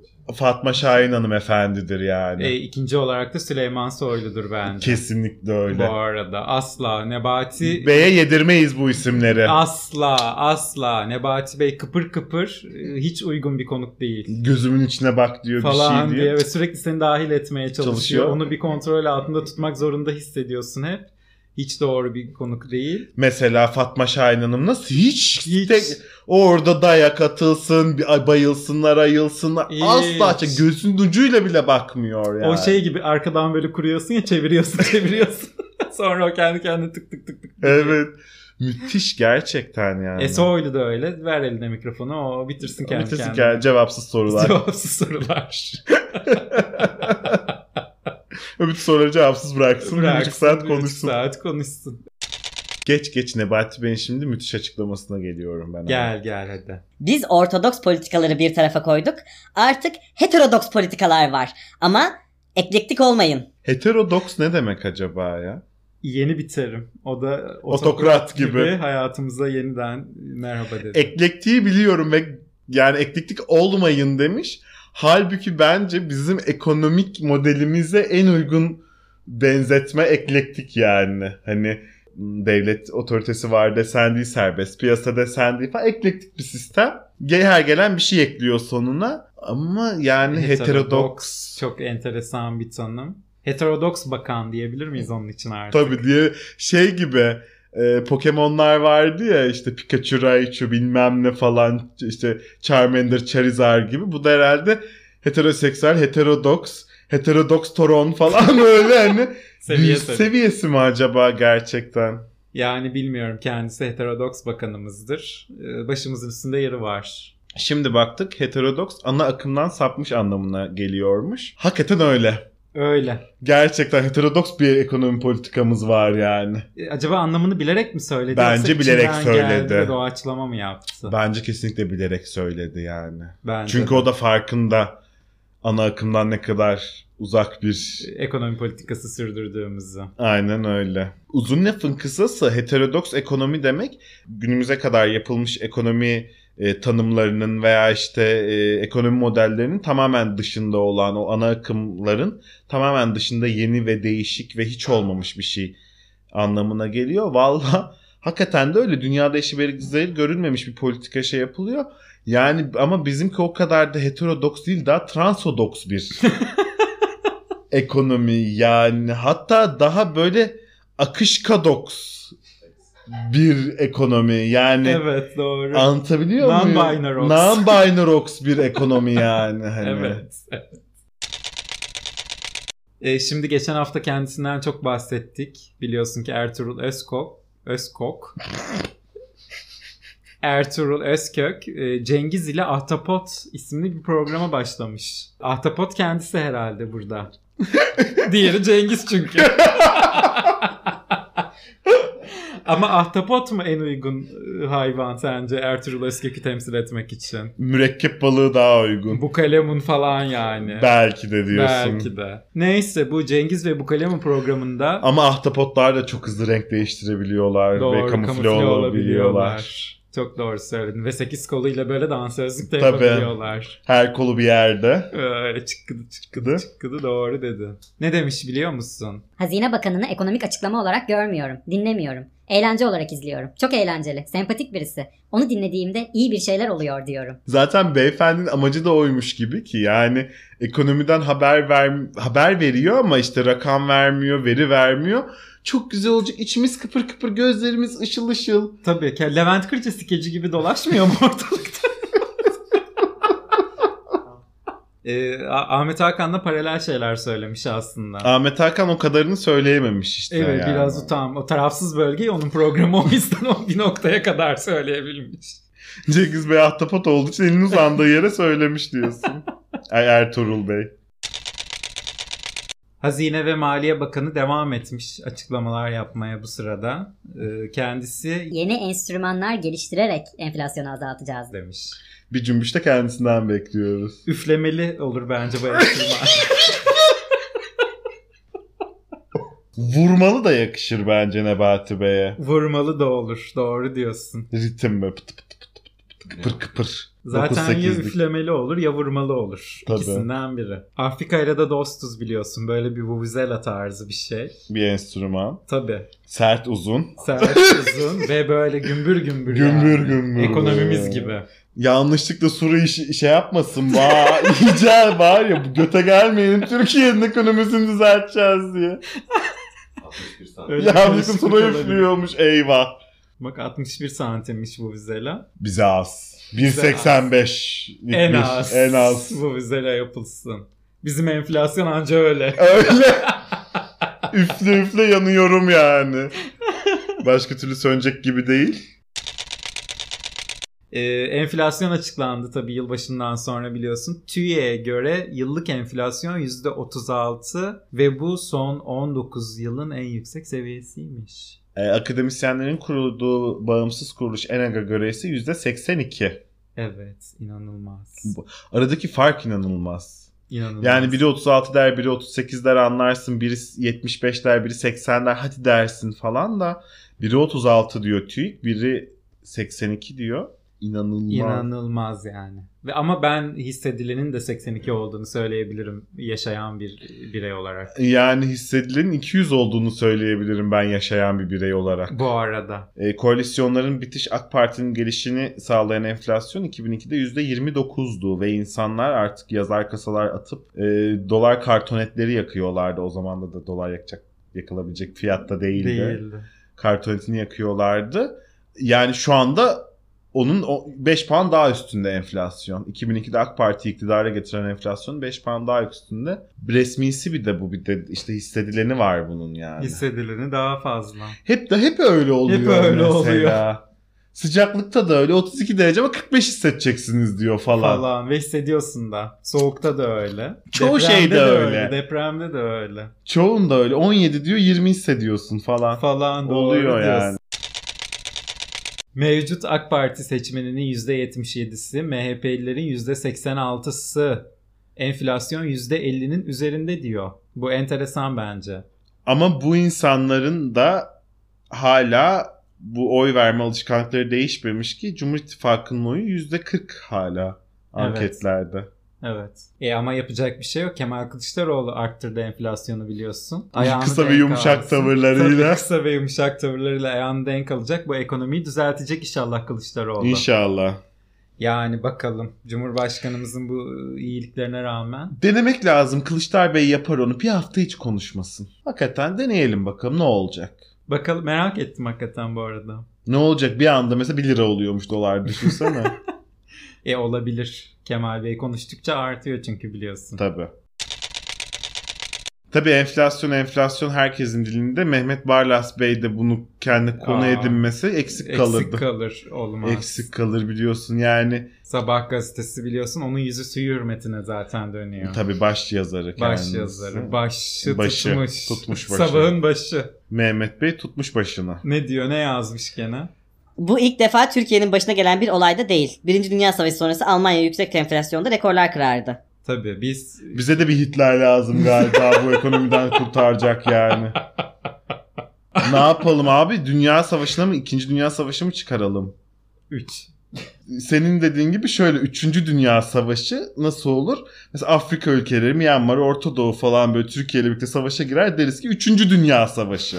Fatma Şahin hanımefendidir yani. E, ikinci olarak da Süleyman Soylu'dur bence. Kesinlikle öyle. Bu arada asla Nebati... Bey'e yedirmeyiz bu isimleri. Asla asla Nebati Bey kıpır kıpır hiç uygun bir konuk değil. Gözümün içine bak diyor falan bir şey diye diyor. ve sürekli seni dahil etmeye çalışıyor. Çalışıyor. Onu bir kontrol altında tutmak zorunda hissediyorsun hep. Hiç doğru bir konuk değil. Mesela Fatma Şahin Hanım nasıl hiç, Hiç. tek, orada dayak atılsın, bir bayılsınlar, ayılsınlar. Hiç. Asla gözünün ucuyla bile bakmıyor yani. O şey gibi arkadan böyle kuruyorsun ya, çeviriyorsun çeviriyorsun. Sonra o kendi kendine tık tık tık tık. Evet. Müthiş gerçekten yani. E Soylu da öyle. Ver eline mikrofonu, o bitirsin kendi Bitirsin kendine. kendi, cevapsız sorular. Cevapsız sorular. Öbür soruları cevapsız bıraksın. Bir buçuk saat bir buçuk konuşsun. saat konuşsun. Geç geç Nebati Bey'in şimdi müthiş açıklamasına geliyorum ben. Gel abi. gel hadi. Biz ortodoks politikaları bir tarafa koyduk. Artık heterodoks politikalar var. Ama eklektik olmayın. Heterodoks ne demek acaba ya? Yeni bir terim. O da otokrat, Otokrat gibi. gibi. hayatımıza yeniden merhaba dedi. Eklektiği biliyorum ve yani eklektik olmayın demiş. Halbuki bence bizim ekonomik modelimize en uygun benzetme eklektik yani. Hani devlet otoritesi var desen değil, serbest piyasa desen değil falan, eklektik bir sistem. Her gelen bir şey ekliyor sonuna ama yani heterodoks. Heterodoks çok enteresan bir tanım. Heterodoks bakan diyebilir miyiz onun için artık? Tabii diye şey gibi e, Pokemon'lar vardı ya işte Pikachu, Raichu bilmem ne falan, işte Charmander, Charizard gibi. Bu da herhalde heteroseksüel, heterodoks, heterodoks Toron falan öyle hani Seviye yüz seviyesi mi acaba gerçekten? Yani bilmiyorum, kendisi heterodoks bakanımızdır. Başımızın üstünde yeri var. Şimdi baktık, heterodoks ana akımdan sapmış anlamına geliyormuş. Hakikaten öyle. Öyle. Gerçekten heterodoks bir ekonomi politikamız var yani. E, acaba anlamını bilerek mi söyledi? Bence yoksa bilerek içinden söyledi. geldi ve doğaçlama mı yaptı? Bence kesinlikle bilerek söyledi yani. Bence Çünkü de. o da farkında ana akımdan ne kadar uzak bir ekonomi politikası sürdürdüğümüzü. Aynen öyle. Uzun lafın kısası heterodoks ekonomi demek günümüze kadar yapılmış ekonomi e, tanımlarının veya işte e, ekonomi modellerinin tamamen dışında olan o ana akımların tamamen dışında yeni ve değişik ve hiç olmamış bir şey anlamına geliyor. Valla hakikaten de öyle. Dünyada eşi benzeri görülmemiş bir politika şey yapılıyor. Yani ama bizimki o kadar da heterodoks değil, daha transodoks bir ekonomi yani. Hatta daha böyle akışkadoks bir ekonomi yani. Evet, doğru. Anlatabiliyor muyum? Non-binarox. Non-binarox bir ekonomi yani. Hani. Evet. evet. E, şimdi geçen hafta kendisinden çok bahsettik. Biliyorsun ki Ertuğrul Özkok. Özkok. Ertuğrul Özkök Cengiz ile Ahtapot isimli bir programa başlamış. Ahtapot kendisi herhalde burada. Diğeri Cengiz çünkü. Ama ahtapot mu en uygun hayvan sence Ertuğrul Özkök'ü temsil etmek için? Mürekkep balığı daha uygun. Bukalemun falan yani. Belki de diyorsun. Belki de. Neyse, bu Cengiz ve Bukalemun programında... Ama ahtapotlar da çok hızlı renk değiştirebiliyorlar. Doğru, ve kamufle, kamufle olabiliyorlar. olabiliyorlar. Çok doğru söyledin. Ve sekiz koluyla böyle dansözlük de yapabiliyorlar. Her kolu bir yerde. Öyle çıkkıdı çıkkıdı çıkkıdı, doğru dedi. Ne demiş biliyor musun? Hazine Bakanı'nı ekonomik açıklama olarak görmüyorum, dinlemiyorum. Eğlence olarak izliyorum. Çok eğlenceli, sempatik birisi. Onu dinlediğimde iyi bir şeyler oluyor diyorum. Zaten beyefendinin amacı da oymuş gibi ki yani ekonomiden haber ver, haber veriyor ama işte rakam vermiyor, veri vermiyor. Çok güzel olacak, içimiz kıpır kıpır, gözlerimiz ışıl ışıl. Tabii ki Levent Kırca skeci gibi dolaşmıyor mu ortalıkta? Ee, Ahmet Hakan da paralel şeyler söylemiş aslında. Ahmet Hakan o kadarını söyleyememiş işte. Evet yani. Biraz utan. O tarafsız bölge onun programı, o yüzden o bir noktaya kadar söyleyebilmiş. Cengiz Bey ahtapot olduğu için elini uzandığı yere söylemiş diyorsun. Ay Ertuğrul Bey. Hazine ve Maliye Bakanı devam etmiş açıklamalar yapmaya bu sırada. Ee, kendisi... Yeni enstrümanlar geliştirerek enflasyonu azaltacağız demiş. Bir cümbüşte kendisinden bekliyoruz. Üflemeli olur bence bu enstrüman. Vurmalı da yakışır bence Nebati Bey'e. Vurmalı da olur. Doğru diyorsun. Ritim böyle pıt pıt pıt pıt kıpır kıpır. Zaten ya üflemeli olur ya vurmalı olur. Tabii. İkisinden biri. Afrika ile de dostuz biliyorsun. Böyle bir vuvuzela tarzı bir şey. Bir enstrüman. Tabii. Sert uzun. Sert uzun ve böyle gümbür gümbür. Gümbür yani. gümbür. Ekonomimiz böyle. gibi. Yanlışlıkla Suriye iş, şey yapmasın. Vaa iyice var ya bu göte gelmeyelim, Türkiye'nin ekonomisini düzelteceğiz diye. Yanlışlıkla Suriye üflüyormuş, eyvah. Bak altmış bir santimmiş bu vizela. Bize az. bir seksen beş. En az. En az. Bu vizela yapılsın. Bizim enflasyon anca öyle. Öyle. Üfle üfle yanıyorum yani. Başka türlü sönecek gibi değil. Ee, enflasyon açıklandı tabii yılbaşından sonra biliyorsun. TÜİ'ye göre yıllık enflasyon yüzde otuz altı ve bu son on dokuz yılın en yüksek seviyesiymiş. Ee, akademisyenlerin kurulduğu bağımsız kuruluş ENAG'a göre ise yüzde seksen iki. Evet, inanılmaz. Bu, aradaki fark inanılmaz. İnanılmaz. Yani biri otuz altı der, biri otuz sekiz der anlarsın, biri yetmiş beş der, biri seksen der, hadi dersin falan da biri otuz altı diyor TÜİK, biri seksen iki diyor. İnanılmaz. İnanılmaz yani. Ve ama ben hissedilenin de seksen iki olduğunu söyleyebilirim yaşayan bir birey olarak. Yani hissedilenin iki yüz olduğunu söyleyebilirim ben yaşayan bir birey olarak. Bu arada. E, koalisyonların bitiş, AK Parti'nin gelişini sağlayan enflasyon iki bin ikide yüzde yirmi dokuzdu ve insanlar artık yazar kasalar atıp e, dolar kartonetleri yakıyorlardı. O zaman da, da dolar yakacak, yakılabilecek fiyatta değildi. Değildi. Kartonetini yakıyorlardı. Yani şu anda onun beş puan daha üstünde enflasyon. iki bin ikide AK Parti iktidara getiren enflasyon beş puan daha üstünde. Resmisi bir de bu, bir de işte hissedileni var bunun yani. Hissedileni daha fazla. Hep de hep öyle oluyor. Hep öyle mesela. oluyor. Sıcaklıkta da öyle otuz iki derece ama kırk beş hissedeceksiniz diyor falan. Falan ve hissediyorsun da. Soğukta da öyle. Çoğu Depremde şeyde de öyle. Depremde de öyle. Çoğunda öyle. on yedi diyor yirmi hissediyorsun falan. Falan oluyor yani. Diyorsun. Mevcut AK Parti seçmeninin yüzde yetmiş yedisi, M H P'lilerin yüzde seksen altısı enflasyon yüzde ellinin üzerinde diyor. Bu enteresan bence. Ama bu insanların da hala bu oy verme alışkanlıkları değişmemiş ki Cumhur İttifakı'nın oyu yüzde kırk hala anketlerde. Evet. Evet. E ama yapacak bir şey yok. Kemal Kılıçdaroğlu arttırdı enflasyonu biliyorsun. Ayağını kısa ve yumuşak alsın. tavırlarıyla. Tabii kısa ve yumuşak tavırlarıyla ayağını denk alacak. Bu ekonomiyi düzeltecek inşallah Kılıçdaroğlu. İnşallah. Yani bakalım Cumhurbaşkanımızın bu iyiliklerine rağmen. Denemek lazım. Kılıçdaroğlu Bey yapar onu. Bir hafta hiç konuşmasın. Hakikaten deneyelim bakalım ne olacak. Bakalım, merak ettim hakikaten bu arada. Ne olacak bir anda mesela bir lira oluyormuş dolar, düşünsene. E olabilir. Kemal Bey konuştukça artıyor çünkü biliyorsun. Tabii. Tabii enflasyon enflasyon herkesin dilinde. Mehmet Barlas Bey de bunu kendi konu Aa, edinmesi eksik kalırdı. Eksik kalır, olmaz. Eksik kalır biliyorsun yani. Sabah gazetesi biliyorsun, onun yüzü suyu hürmetine zaten dönüyor. Tabii baş yazarı kendisi. Baş yazarı. Başı, başı tutmuş. Tutmuş başı. Sabahın başı. Mehmet Bey tutmuş başını. Ne diyor, ne yazmış gene? Bu ilk defa Türkiye'nin başına gelen bir olay da değil. Birinci Dünya Savaşı sonrası Almanya yüksek enflasyonda rekorlar kırardı. Tabii biz... Bize de bir Hitler lazım galiba bu ekonomiden kurtaracak yani. Ne yapalım abi? Dünya Savaşı'na mı, İkinci Dünya Savaşı mı çıkaralım? Üç. Senin dediğin gibi şöyle Üçüncü Dünya Savaşı nasıl olur? Mesela Afrika ülkeleri, Myanmar, Orta Doğu falan böyle Türkiye ile birlikte savaşa girer, deriz ki Üçüncü Dünya Savaşı.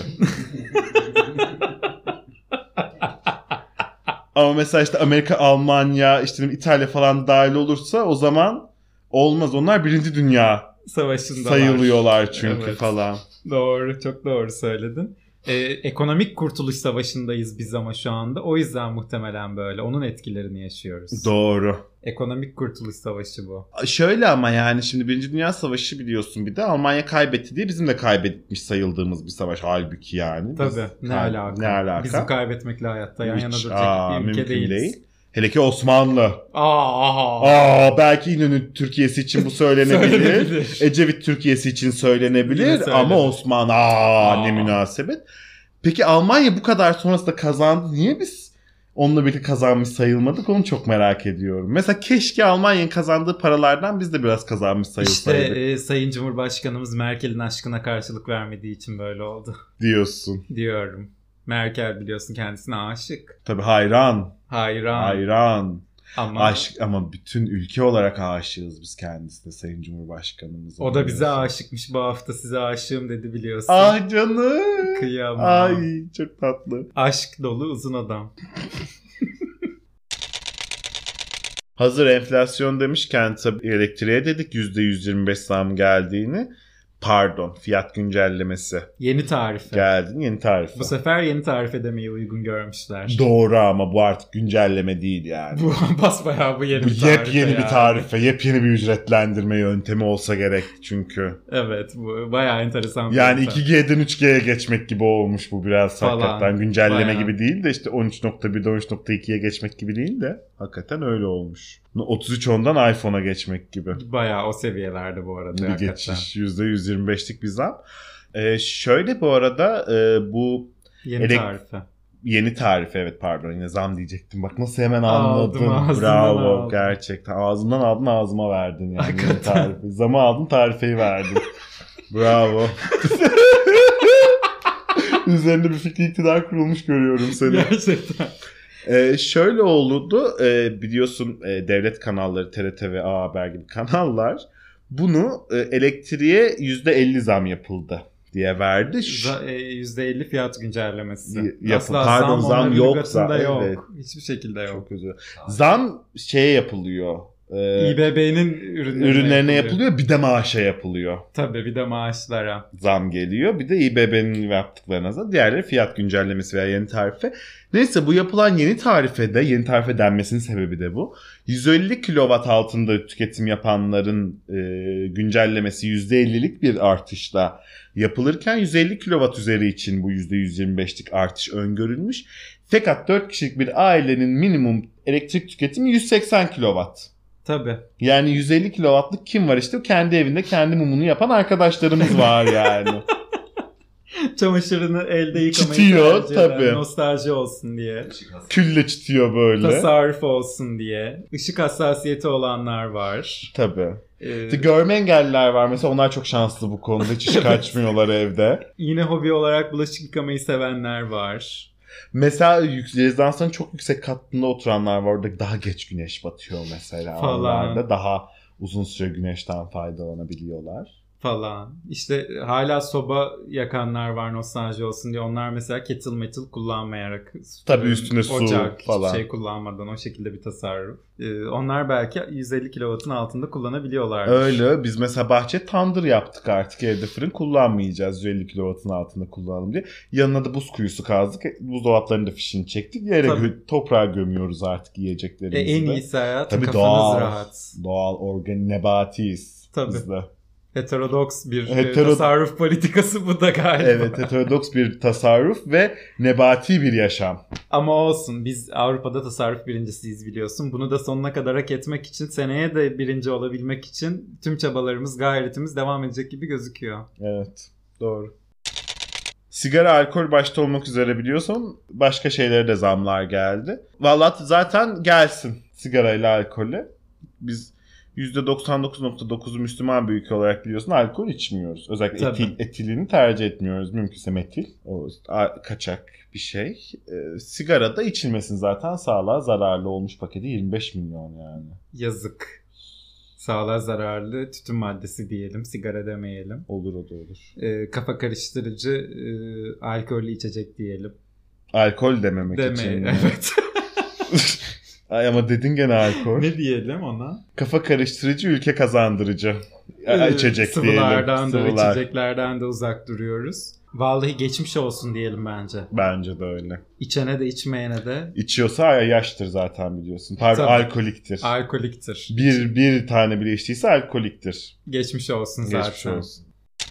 Ama mesela işte Amerika, Almanya, işte İtalya falan dahil olursa o zaman olmaz. Onlar Birinci Dünya Savaşındalar. sayılıyorlar çünkü Evet. falan. Doğru, çok doğru söyledin. Ee, ekonomik kurtuluş savaşındayız biz ama şu anda. O yüzden muhtemelen böyle. Onun etkilerini yaşıyoruz. Doğru. Ekonomik kurtuluş savaşı bu. Şöyle ama yani şimdi Birinci Dünya Savaşı biliyorsun bir de Almanya kaybetti diye bizim de kaybetmiş sayıldığımız bir savaş halbuki yani. Tabii. Biz, Ne ha, alaka? Ne alaka? Bizim kaybetmekle hayatta yan Hiç, yana duracak aa, bir ülke mümkün değiliz. değil. Hele ki Osmanlı. Aa, aha. Aa, belki İnönü Türkiye'si için bu söylenebilir. Söylenebilir. Ecevit Türkiye'si için söylenebilir Yine söylenir. ama Osmanlı aa, Aa. ne münasebet. Peki Almanya bu kadar sonrasında kazandı. Niye biz onunla birlikte kazanmış sayılmadık? Onu çok merak ediyorum. Mesela keşke Almanya'nın kazandığı paralardan biz de biraz kazanmış sayılsaydık. İşte e, Sayın Cumhurbaşkanımız Merkel'in aşkına karşılık vermediği için böyle oldu Diyorsun. diyorum. Merkel biliyorsun kendisine aşık. Tabii hayran. Hayran. Hayran. Ama Aşk, ama bütün ülke olarak aşığız biz kendisine, Sayın Cumhurbaşkanımıza. o da bize aşıkmış, bu hafta size aşığım dedi biliyorsun. Ah canım. Kıyamam. Ay çok tatlı. Aşk dolu uzun adam. Hazır enflasyon demişken tabii elektriğe dedik yüzde yüz yirmi beş zam geldiğini. Pardon, fiyat güncellemesi Yeni tarife. geldi. Yeni tarife. Bu sefer yeni tarife demeyi uygun görmüşler. Doğru ama bu artık güncelleme değil yani. Bu basbayağı bu yeni Bu bir tarife. yepyeni yani. bir tarife, yepyeni bir ücretlendirme yöntemi olsa gerek çünkü. Evet, bu bayağı enteresan bir Yani yöntem. iki G'den üç G'ye geçmek gibi olmuş bu biraz Falan. hakikaten. Güncelleme Bayağı. gibi değil de işte on üç nokta birden on üç nokta ikiye geçmek gibi değil de hakikaten öyle olmuş. otuz üç ondan iPhone'a geçmek gibi. Bayağı o seviyelerde bu arada. Bir hakikaten. geçiş. yüzde yüz yirmi beşlik bir zam. Ee, şöyle bu arada e, bu Yeni Elek- tarife. yeni tarife, evet pardon yine zam diyecektim. Bak nasıl hemen Aldım, anladım. ağzından Bravo aldım. gerçekten. Ağzımdan aldın ağzıma verdin yani. Yeni Hakikaten. tarifi. Zamı aldın tarifeyi verdin. Bravo. Üzerinde bir fikri iktidar kurulmuş görüyorum seni. Gerçekten. Ee, şöyle oldu. Ee, biliyorsun e, devlet kanalları T R T ve A Haber gibi kanallar bunu e, elektriğe yüzde elli zam yapıldı diye verdi. Ş- Z- e, yüzde elli fiyat güncellemesi. Y- yapı- Asla pardon, zam onların yok lügatında zaten, yok. evet. Hiçbir şekilde yok. Çok özür. Zam şeye yapılıyor. E, İBB'nin ürünlerine, ürünlerine yapılıyor. Bir de maaşa yapılıyor. Tabii, bir de maaşlara. Zam geliyor. Bir de İBB'nin yaptıklarına zam. Diğerleri fiyat güncellemesi veya yeni tarife. Neyse bu yapılan yeni tarifede, yeni tarife denmesinin sebebi de bu. yüz elli kilowatt altında tüketim yapanların e, güncellemesi yüzde ellilik bir artışla yapılırken yüz elli kilowatt üzeri için bu yüzde yüz yirmi beşlik artış öngörülmüş. Fakat dört kişilik bir ailenin minimum elektrik tüketimi yüz seksen kilowatt. Tabii. Yani yüz elli kilowattlık kim var işte? Kendi evinde kendi mumunu yapan arkadaşlarımız var yani. Çamaşırını elde yıkamayı Çıtıyor, tercih eden, tabii. Nostalji olsun diye. Külle çıtıyor böyle. Tasarruf olsun diye. Işık hassasiyeti olanlar var. Tabii. Ee, İşte görme engelliler var mesela, onlar çok şanslı bu konuda, hiç iş kaçmıyorlar evde. Yine hobi olarak bulaşık yıkamayı sevenler var. Mesela yük- rezidansların çok yüksek katında oturanlar var, orada daha geç güneş batıyor mesela. Falan. Onlarda daha uzun süre güneşten faydalanabiliyorlar. Falan. İşte hala soba yakanlar var nostalji olsun diye. Onlar mesela kettle metal kullanmayarak. Tabii üstüne su ocak, falan. hiçbir şey kullanmadan o şekilde bir tasarruf. Ee, onlar belki yüz elli kilowattın altında kullanabiliyorlar. Öyle. Biz mesela bahçe tandır yaptık artık. Evde fırın kullanmayacağız. yüz elli kilowattın altında kullanalım diye. Yanına da buz kuyusu kazdık. Buzdolaplarının da fişini çektik. Yere gö- toprağa gömüyoruz artık yiyeceklerimizi. E, en iyisi hayatım. Tabii Kafanız doğal, rahat. Doğal, organik, nebatiyiz. Tabii. Biz de. Heterodoks bir Hetero- tasarruf politikası bu da galiba. Evet, heterodoks bir tasarruf ve nebati bir yaşam. Ama olsun, biz Avrupa'da tasarruf birincisiyiz biliyorsun. Bunu da sonuna kadar hak etmek için, seneye de birinci olabilmek için tüm çabalarımız, gayretimiz devam edecek gibi gözüküyor. Evet, doğru. Sigara, alkol başta olmak üzere biliyorsun, başka şeylere de zamlar geldi. Vallahi zaten gelsin sigarayla alkolü. Biz yüzde doksan dokuz nokta dokuzu Müslüman bir ülke olarak biliyorsun alkol içmiyoruz. Özellikle etil, etilini tercih etmiyoruz. Mümkünse metil. O a- kaçak bir şey. E, sigara da içilmesin zaten, sağlığa zararlı, olmuş paketi yirmi beş milyon yani. Yazık. Sağlığa zararlı tütün maddesi diyelim, sigara demeyelim. Olur, o da olur. E, kafa karıştırıcı e, alkollü içecek diyelim. Alkol dememek Deme, için. evet. Ay ama dedin gene alkol. Ne diyelim ona? Kafa karıştırıcı, ülke kazandırıcı. Ee, İçecek Sıvılardan diyelim. da, Sıvılar. içeceklerden de uzak duruyoruz. Vallahi geçmiş olsun diyelim bence. Bence de öyle. İçene de içmeyene de. İçiyorsa yaştır zaten biliyorsun. Pardon, Tabii. alkoliktir. Alkoliktir. Bir, bir tane bile içtiyse alkoliktir. Geçmiş olsun zaten. Geçmiş olsun.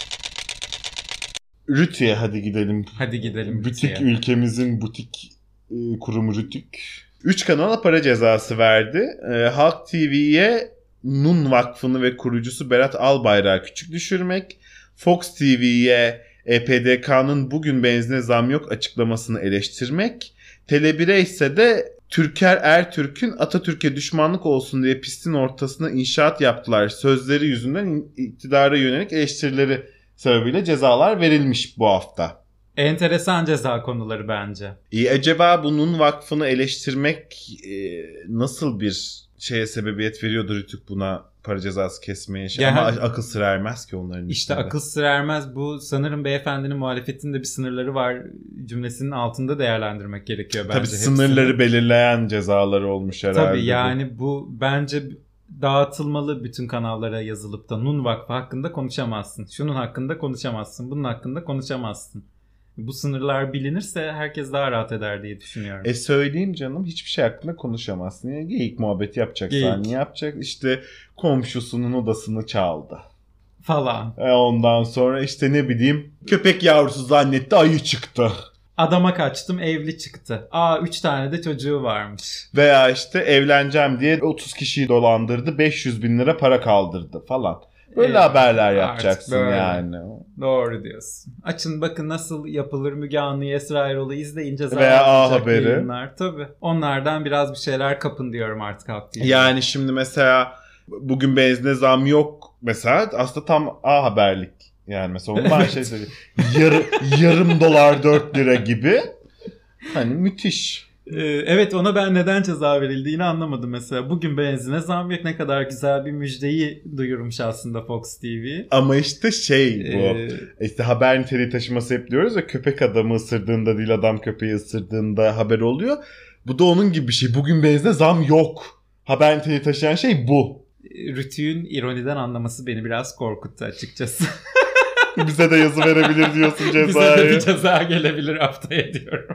Rütü'ye hadi gidelim. Hadi gidelim Butik, Rütü'ye. ülkemizin butik e, kurumu Rütük. Üç kanala para cezası verdi. E, Halk T V'ye Nun Vakfı'nı ve kurucusu Berat Albayrak'ı küçük düşürmek. Fox T V'ye E P D K'nın bugün benzine zam yok açıklamasını eleştirmek. Tele bir'e ise de Türker Ertürk'ün Atatürk'e düşmanlık olsun diye pistin ortasına inşaat yaptılar sözleri yüzünden iktidara yönelik eleştirileri sebebiyle cezalar verilmiş bu hafta. Enteresan ceza konuları bence. İyi, acaba bunun vakfını eleştirmek e, nasıl bir şeye sebebiyet veriyordur Rütük buna para cezası kesmeye? Şey. Yani, ama akıl sır ermez ki onların İşte içinde. akıl sır ermez. Bu sanırım beyefendinin muhalefetinde bir sınırları var cümlesinin altında değerlendirmek gerekiyor bence. Tabii hepsini. sınırları belirleyen cezaları olmuş herhalde. Tabii yani bu bence dağıtılmalı bütün kanallara yazılıp da Nun Vakfı hakkında konuşamazsın. Şunun hakkında konuşamazsın. Bunun hakkında konuşamazsın. Bu sınırlar bilinirse herkes daha rahat eder diye düşünüyorum. E söyleyeyim canım, hiçbir şey hakkında konuşamazsın. Yani geyik muhabbeti yapacaksan Geyik. ne yapacak? İşte komşusunun odasını çaldı. Falan. E ondan sonra işte ne bileyim köpek yavrusu zannetti, ayı çıktı. Adama kaçtım, evli çıktı. Aa üç tane de çocuğu varmış. Veya işte evleneceğim diye otuz kişiyi dolandırdı, beş yüz bin lira para kaldırdı falan. Böyle Evet, haberler yapacaksın böyle. yani. Doğru diyorsun. Açın bakın nasıl yapılır Müge Anlı, Esra Erol'u izleyince zaten Veya A olacak Haber'i. yayınlar. Tabii. Onlardan biraz bir şeyler kapın diyorum artık halk T V'ye. Yani şimdi mesela bugün benzine zam yok mesela, aslında tam A Haberlik. Yani mesela onun evet. şey söyleyeyim. Yarı, yarım dolar dört lira gibi. Hani müthiş. Ee, evet, ona ben neden ceza verildiğini anlamadım mesela. Bugün benzine zam yok, ne kadar güzel bir müjdeyi duyurmuş aslında Fox T V. Ama işte şey bu. Ee, işte haber niteliği taşıması hep diyoruz ya, köpek adamı ısırdığında değil adam köpeği ısırdığında haber oluyor. Bu da onun gibi bir şey. Bugün benzine zam yok. Haber niteliği taşıyan şey bu. Rütü'nün ironiden anlaması beni biraz korkuttu açıkçası. Bize de yazı verebilir diyorsun cezayı. Bize de bir ceza gelebilir haftaya diyorum.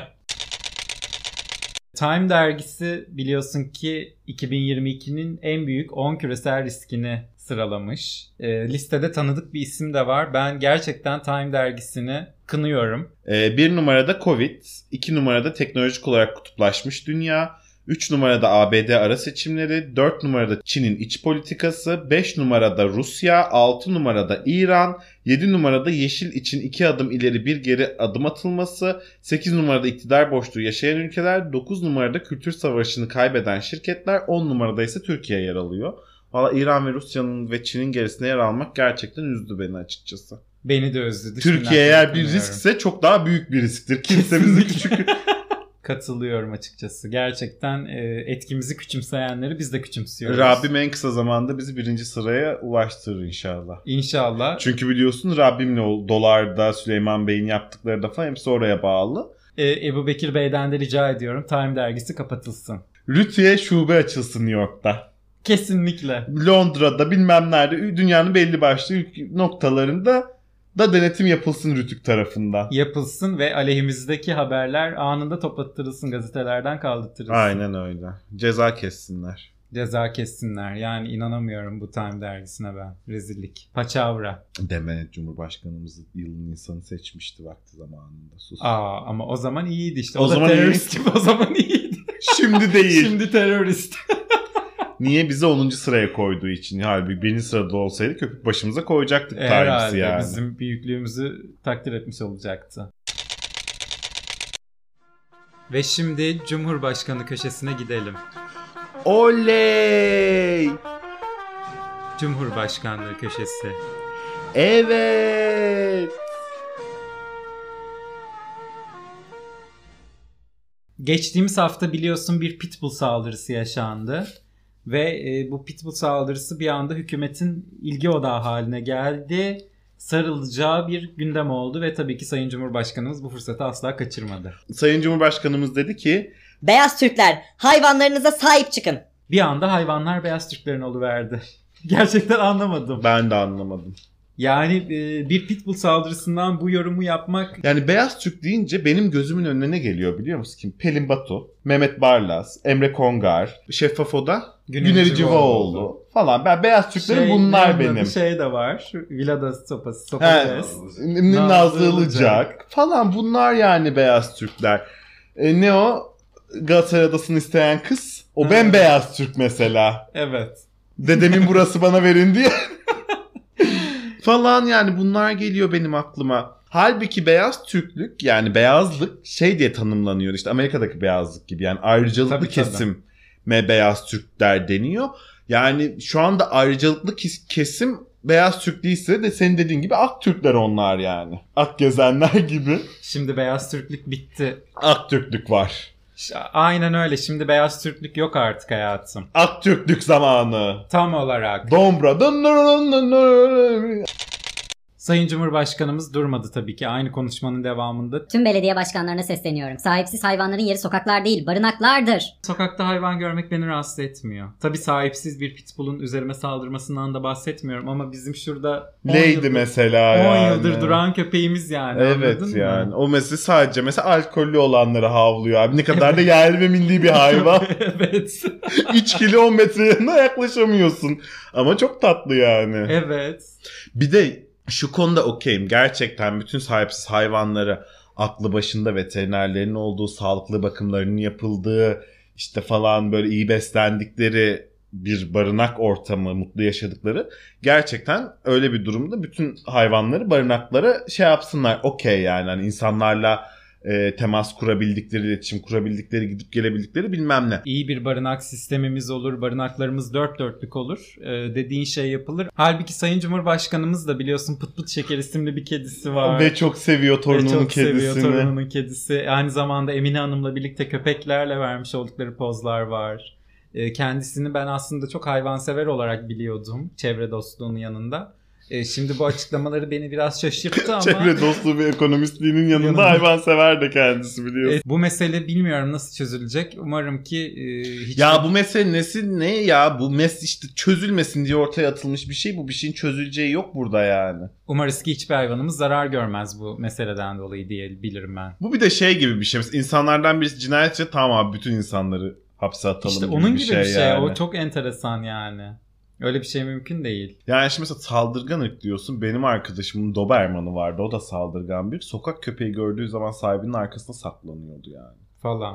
Time dergisi biliyorsun ki iki bin yirmi ikinin en büyük on küresel riskini sıralamış. E, listede tanıdık bir isim de var. Ben gerçekten Time dergisini kınıyorum. E, bir numarada Covid, iki numarada teknolojik olarak kutuplaşmış dünya, üç numarada A B D ara seçimleri, dört numarada Çin'in iç politikası, beş numarada Rusya, altı numarada İran, yedi numarada yeşil için iki adım ileri bir geri adım atılması, sekiz numarada iktidar boşluğu yaşayan ülkeler, dokuz numarada kültür savaşını kaybeden şirketler, on numarada ise Türkiye yer alıyor. Valla İran ve Rusya'nın ve Çin'in gerisine yer almak gerçekten üzdü beni açıkçası. Beni de üzdü. Türkiye eğer bir riskse çok daha büyük bir risktir. Kimse bizi küçük... Katılıyorum açıkçası. Gerçekten e, etkimizi küçümseyenleri biz de küçümsüyoruz. Rabbim en kısa zamanda bizi birinci sıraya ulaştırır inşallah. İnşallah. Çünkü biliyorsun Rabbimle o dolarda, Süleyman Bey'in yaptıkları da falan hepsi oraya bağlı. E, Ebu Bekir Bey'den de rica ediyorum Time dergisi kapatılsın. Rütü'ye şube açılsın New York'ta. Kesinlikle. Londra'da bilmem nerede dünyanın belli başlı noktalarında da denetim yapılsın Rütük tarafından. Yapılsın ve aleyhimizdeki haberler anında toplattırılsın, gazetelerden kaldırtırılsın. Aynen öyle. Ceza kessinler. Ceza kessinler. Yani inanamıyorum bu Time dergisine ben. Rezillik. Paçavra. Demenet Cumhurbaşkanımız yılın insanı seçmişti vakti zamanında. Sus. Aa ama o zaman iyiydi işte. O, o zaman da terörist gibi o zaman iyiydi. Şimdi değil. Şimdi terörist. Niye bizi onuncu sıraya koyduğu için? Halbuki birinci sırada olsaydı köpük başımıza koyacaktık Herhalde Times'i yani. bizim büyüklüğümüzü takdir etmiş olacaktı. Ve şimdi Cumhurbaşkanı köşesine gidelim. Oley! Cumhurbaşkanlığı köşesi. Evet! Geçtiğimiz hafta biliyorsun bir pitbull saldırısı yaşandı. Ve e, bu pitbull saldırısı bir anda hükümetin ilgi odağı haline geldi. Sarılacağı bir gündem oldu ve tabii ki Sayın Cumhurbaşkanımız bu fırsatı asla kaçırmadı. Sayın Cumhurbaşkanımız dedi ki Beyaz Türkler, hayvanlarınıza sahip çıkın. Bir anda hayvanlar beyaz Türklerin oluverdi. Gerçekten anlamadım. Ben de anlamadım. Yani e, bir pitbull saldırısından bu yorumu yapmak... Yani beyaz Türk deyince benim gözümün önüne ne geliyor biliyor musun? Kim? Pelin Batu, Mehmet Barlas, Emre Kongar, Şeffaf Oda, Güneri Güneri Civaoğlu Civaoğlu falan. Ben beyaz Türklerim şey, bunlar bir benim. şey de var. Vilada sopası, He, sopası. Nazlı, Nazlı Ilıcak falan bunlar yani beyaz Türkler. E, ne o? Galatasaray Adası'nı isteyen kız. O Ha. bembeyaz Türk mesela. Evet. Dedemin burası bana verin diye. falan yani bunlar geliyor benim aklıma. Halbuki beyaz Türklük yani beyazlık şey diye tanımlanıyor. İşte Amerika'daki beyazlık gibi yani ayrıcalıklı Tabii, kesime beyaz Türkler deniyor. Yani şu anda ayrıcalıklı kesim beyaz Türk değilse de senin dediğin gibi ak Türkler onlar yani. Ak gezenler gibi. Şimdi beyaz Türklük bitti. Ak Türklük var. Aynen öyle. Şimdi beyaz Türklük yok artık hayatım. Ak Türklük zamanı. Tam olarak. Dombra. Sayın Cumhurbaşkanımız durmadı tabii ki. Aynı konuşmanın devamında. Tüm belediye başkanlarına sesleniyorum. Sahipsiz hayvanların yeri sokaklar değil, barınaklardır. Sokakta hayvan görmek beni rahatsız etmiyor. Tabii sahipsiz bir pitbull'un üzerime saldırmasından da bahsetmiyorum ama bizim şurada Lady yıldır, mesela on yani. yıldır duran köpeğimiz yani. Evet anladın yani. mı? O mesela sadece mesela alkollü olanları havlıyor abi. Ne kadar da yerli ve milli bir hayvan. Evet. İçkili on metre yanına yaklaşamıyorsun. Ama çok tatlı yani. Evet. Bir de şu konuda okeyim. Gerçekten bütün sahipsiz hayvanları aklı başında veterinerlerin olduğu, sağlıklı bakımlarının yapıldığı, işte falan böyle iyi beslendikleri bir barınak ortamı, mutlu yaşadıkları. Gerçekten öyle bir durumda bütün hayvanları barınaklara şey yapsınlar. Okey yani hani insanlarla e, temas kurabildikleri, iletişim kurabildikleri, gidip gelebildikleri bilmem ne. İyi bir barınak sistemimiz olur, barınaklarımız dört dörtlük olur. Ee, dediğin şey yapılır. Halbuki Sayın Cumhurbaşkanımız da biliyorsun Pıt Pıt Şeker isimli bir kedisi var. Ve çok seviyor torununun Ve çok kedisini. seviyor torununun kedisi. Aynı zamanda Emine Hanım'la birlikte köpeklerle vermiş oldukları pozlar var. Ee, kendisini ben aslında çok hayvansever olarak biliyordum çevre dostluğunun yanında. E, şimdi bu açıklamaları beni biraz şaşırttı ama... Çevre dostluğu ve ekonomistliğinin yanında, yanında hayvansever de kendisi biliyorsun. E, bu mesele bilmiyorum nasıl çözülecek. Umarım ki e, hiç... Ya bu mesele nesi ne ya? Bu mes işte çözülmesin diye ortaya atılmış bir şey. Bu bir şeyin çözüleceği yok burada yani. Umarız ki hiçbir hayvanımız zarar görmez bu meseleden dolayı diye bilirim ben. Bu bir de şey gibi bir şey. Mesela insanlardan birisi cinayetçi, tamam abi bütün insanları hapse atalım işte gibi onun bir gibi şey, bir şey. yani. O çok enteresan yani. Öyle bir şey mümkün değil. Yani şimdi mesela saldırgan ırk diyorsun. Benim arkadaşımın Doberman'ı vardı. O da saldırgan bir. Sokak köpeği gördüğü zaman sahibinin arkasında saklanıyordu yani. Falan.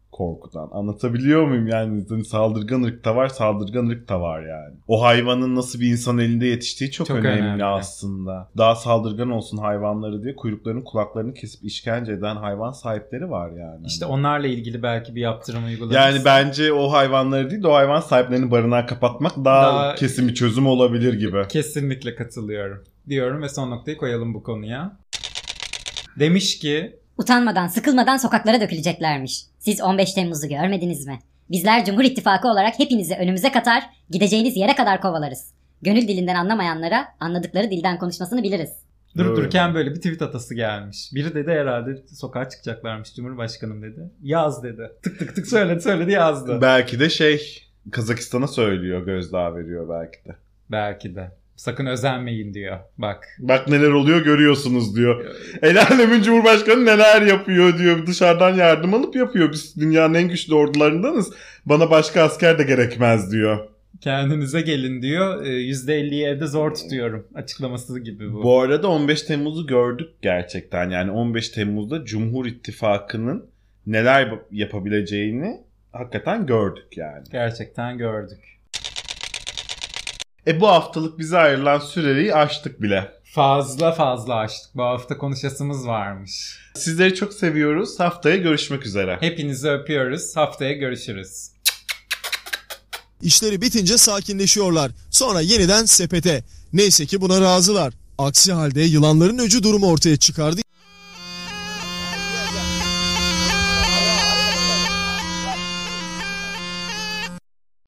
korkudan. Anlatabiliyor muyum? Yani hani saldırgan ırk da var, saldırgan ırk da var yani. O hayvanın nasıl bir insan elinde yetiştiği çok, Çok önemli, önemli. aslında. Daha saldırgan olsun hayvanları diye kuyruklarını, kulaklarını kesip işkence eden hayvan sahipleri var yani. İşte onlarla ilgili belki bir yaptırım uygulanırsa. Yani bence o hayvanları değil de o hayvan sahiplerini barınağa kapatmak daha, Daha- kesin bir çözüm olabilir gibi. Kesinlikle katılıyorum diyorum ve son noktayı koyalım bu konuya. Demiş ki Utanmadan, sıkılmadan sokaklara döküleceklermiş. Siz on beş Temmuz'u görmediniz mi? Bizler Cumhur İttifakı olarak hepinizi önümüze katar, gideceğiniz yere kadar kovalarız. Gönül dilinden anlamayanlara anladıkları dilden konuşmasını biliriz. durup Öyle. dururken böyle bir tweet atası gelmiş. Biri dedi herhalde sokağa çıkacaklarmış Cumhurbaşkanım dedi. Yaz dedi. Tık tık tık söyledi söyledi yazdı. Belki de şey Kazakistan'a söylüyor, gözdağı veriyor belki de. Belki de. Sakın özenmeyin diyor. Bak. Bak neler oluyor görüyorsunuz diyor. El alemin Cumhurbaşkanı neler yapıyor diyor. Dışarıdan yardım alıp yapıyor. Biz dünyanın en güçlü ordularındanız. Bana başka asker de gerekmez diyor. Kendinize gelin diyor. yüzde elliyi evde zor tutuyorum. Açıklaması gibi bu. Bu arada on beş Temmuz'u gördük gerçekten. Yani on beş Temmuz'da Cumhur İttifakı'nın neler yapabileceğini hakikaten gördük yani. Gerçekten gördük. E bu haftalık bize ayrılan süreyi aştık bile. Fazla fazla açtık. Bu hafta konuşasımız varmış. Sizleri çok seviyoruz. Haftaya görüşmek üzere. Hepinizi öpüyoruz. Haftaya görüşürüz. İşleri bitince sakinleşiyorlar. Sonra yeniden sepete. Neyse ki buna razılar. Aksi halde yılanların öcü durumu ortaya çıkardı.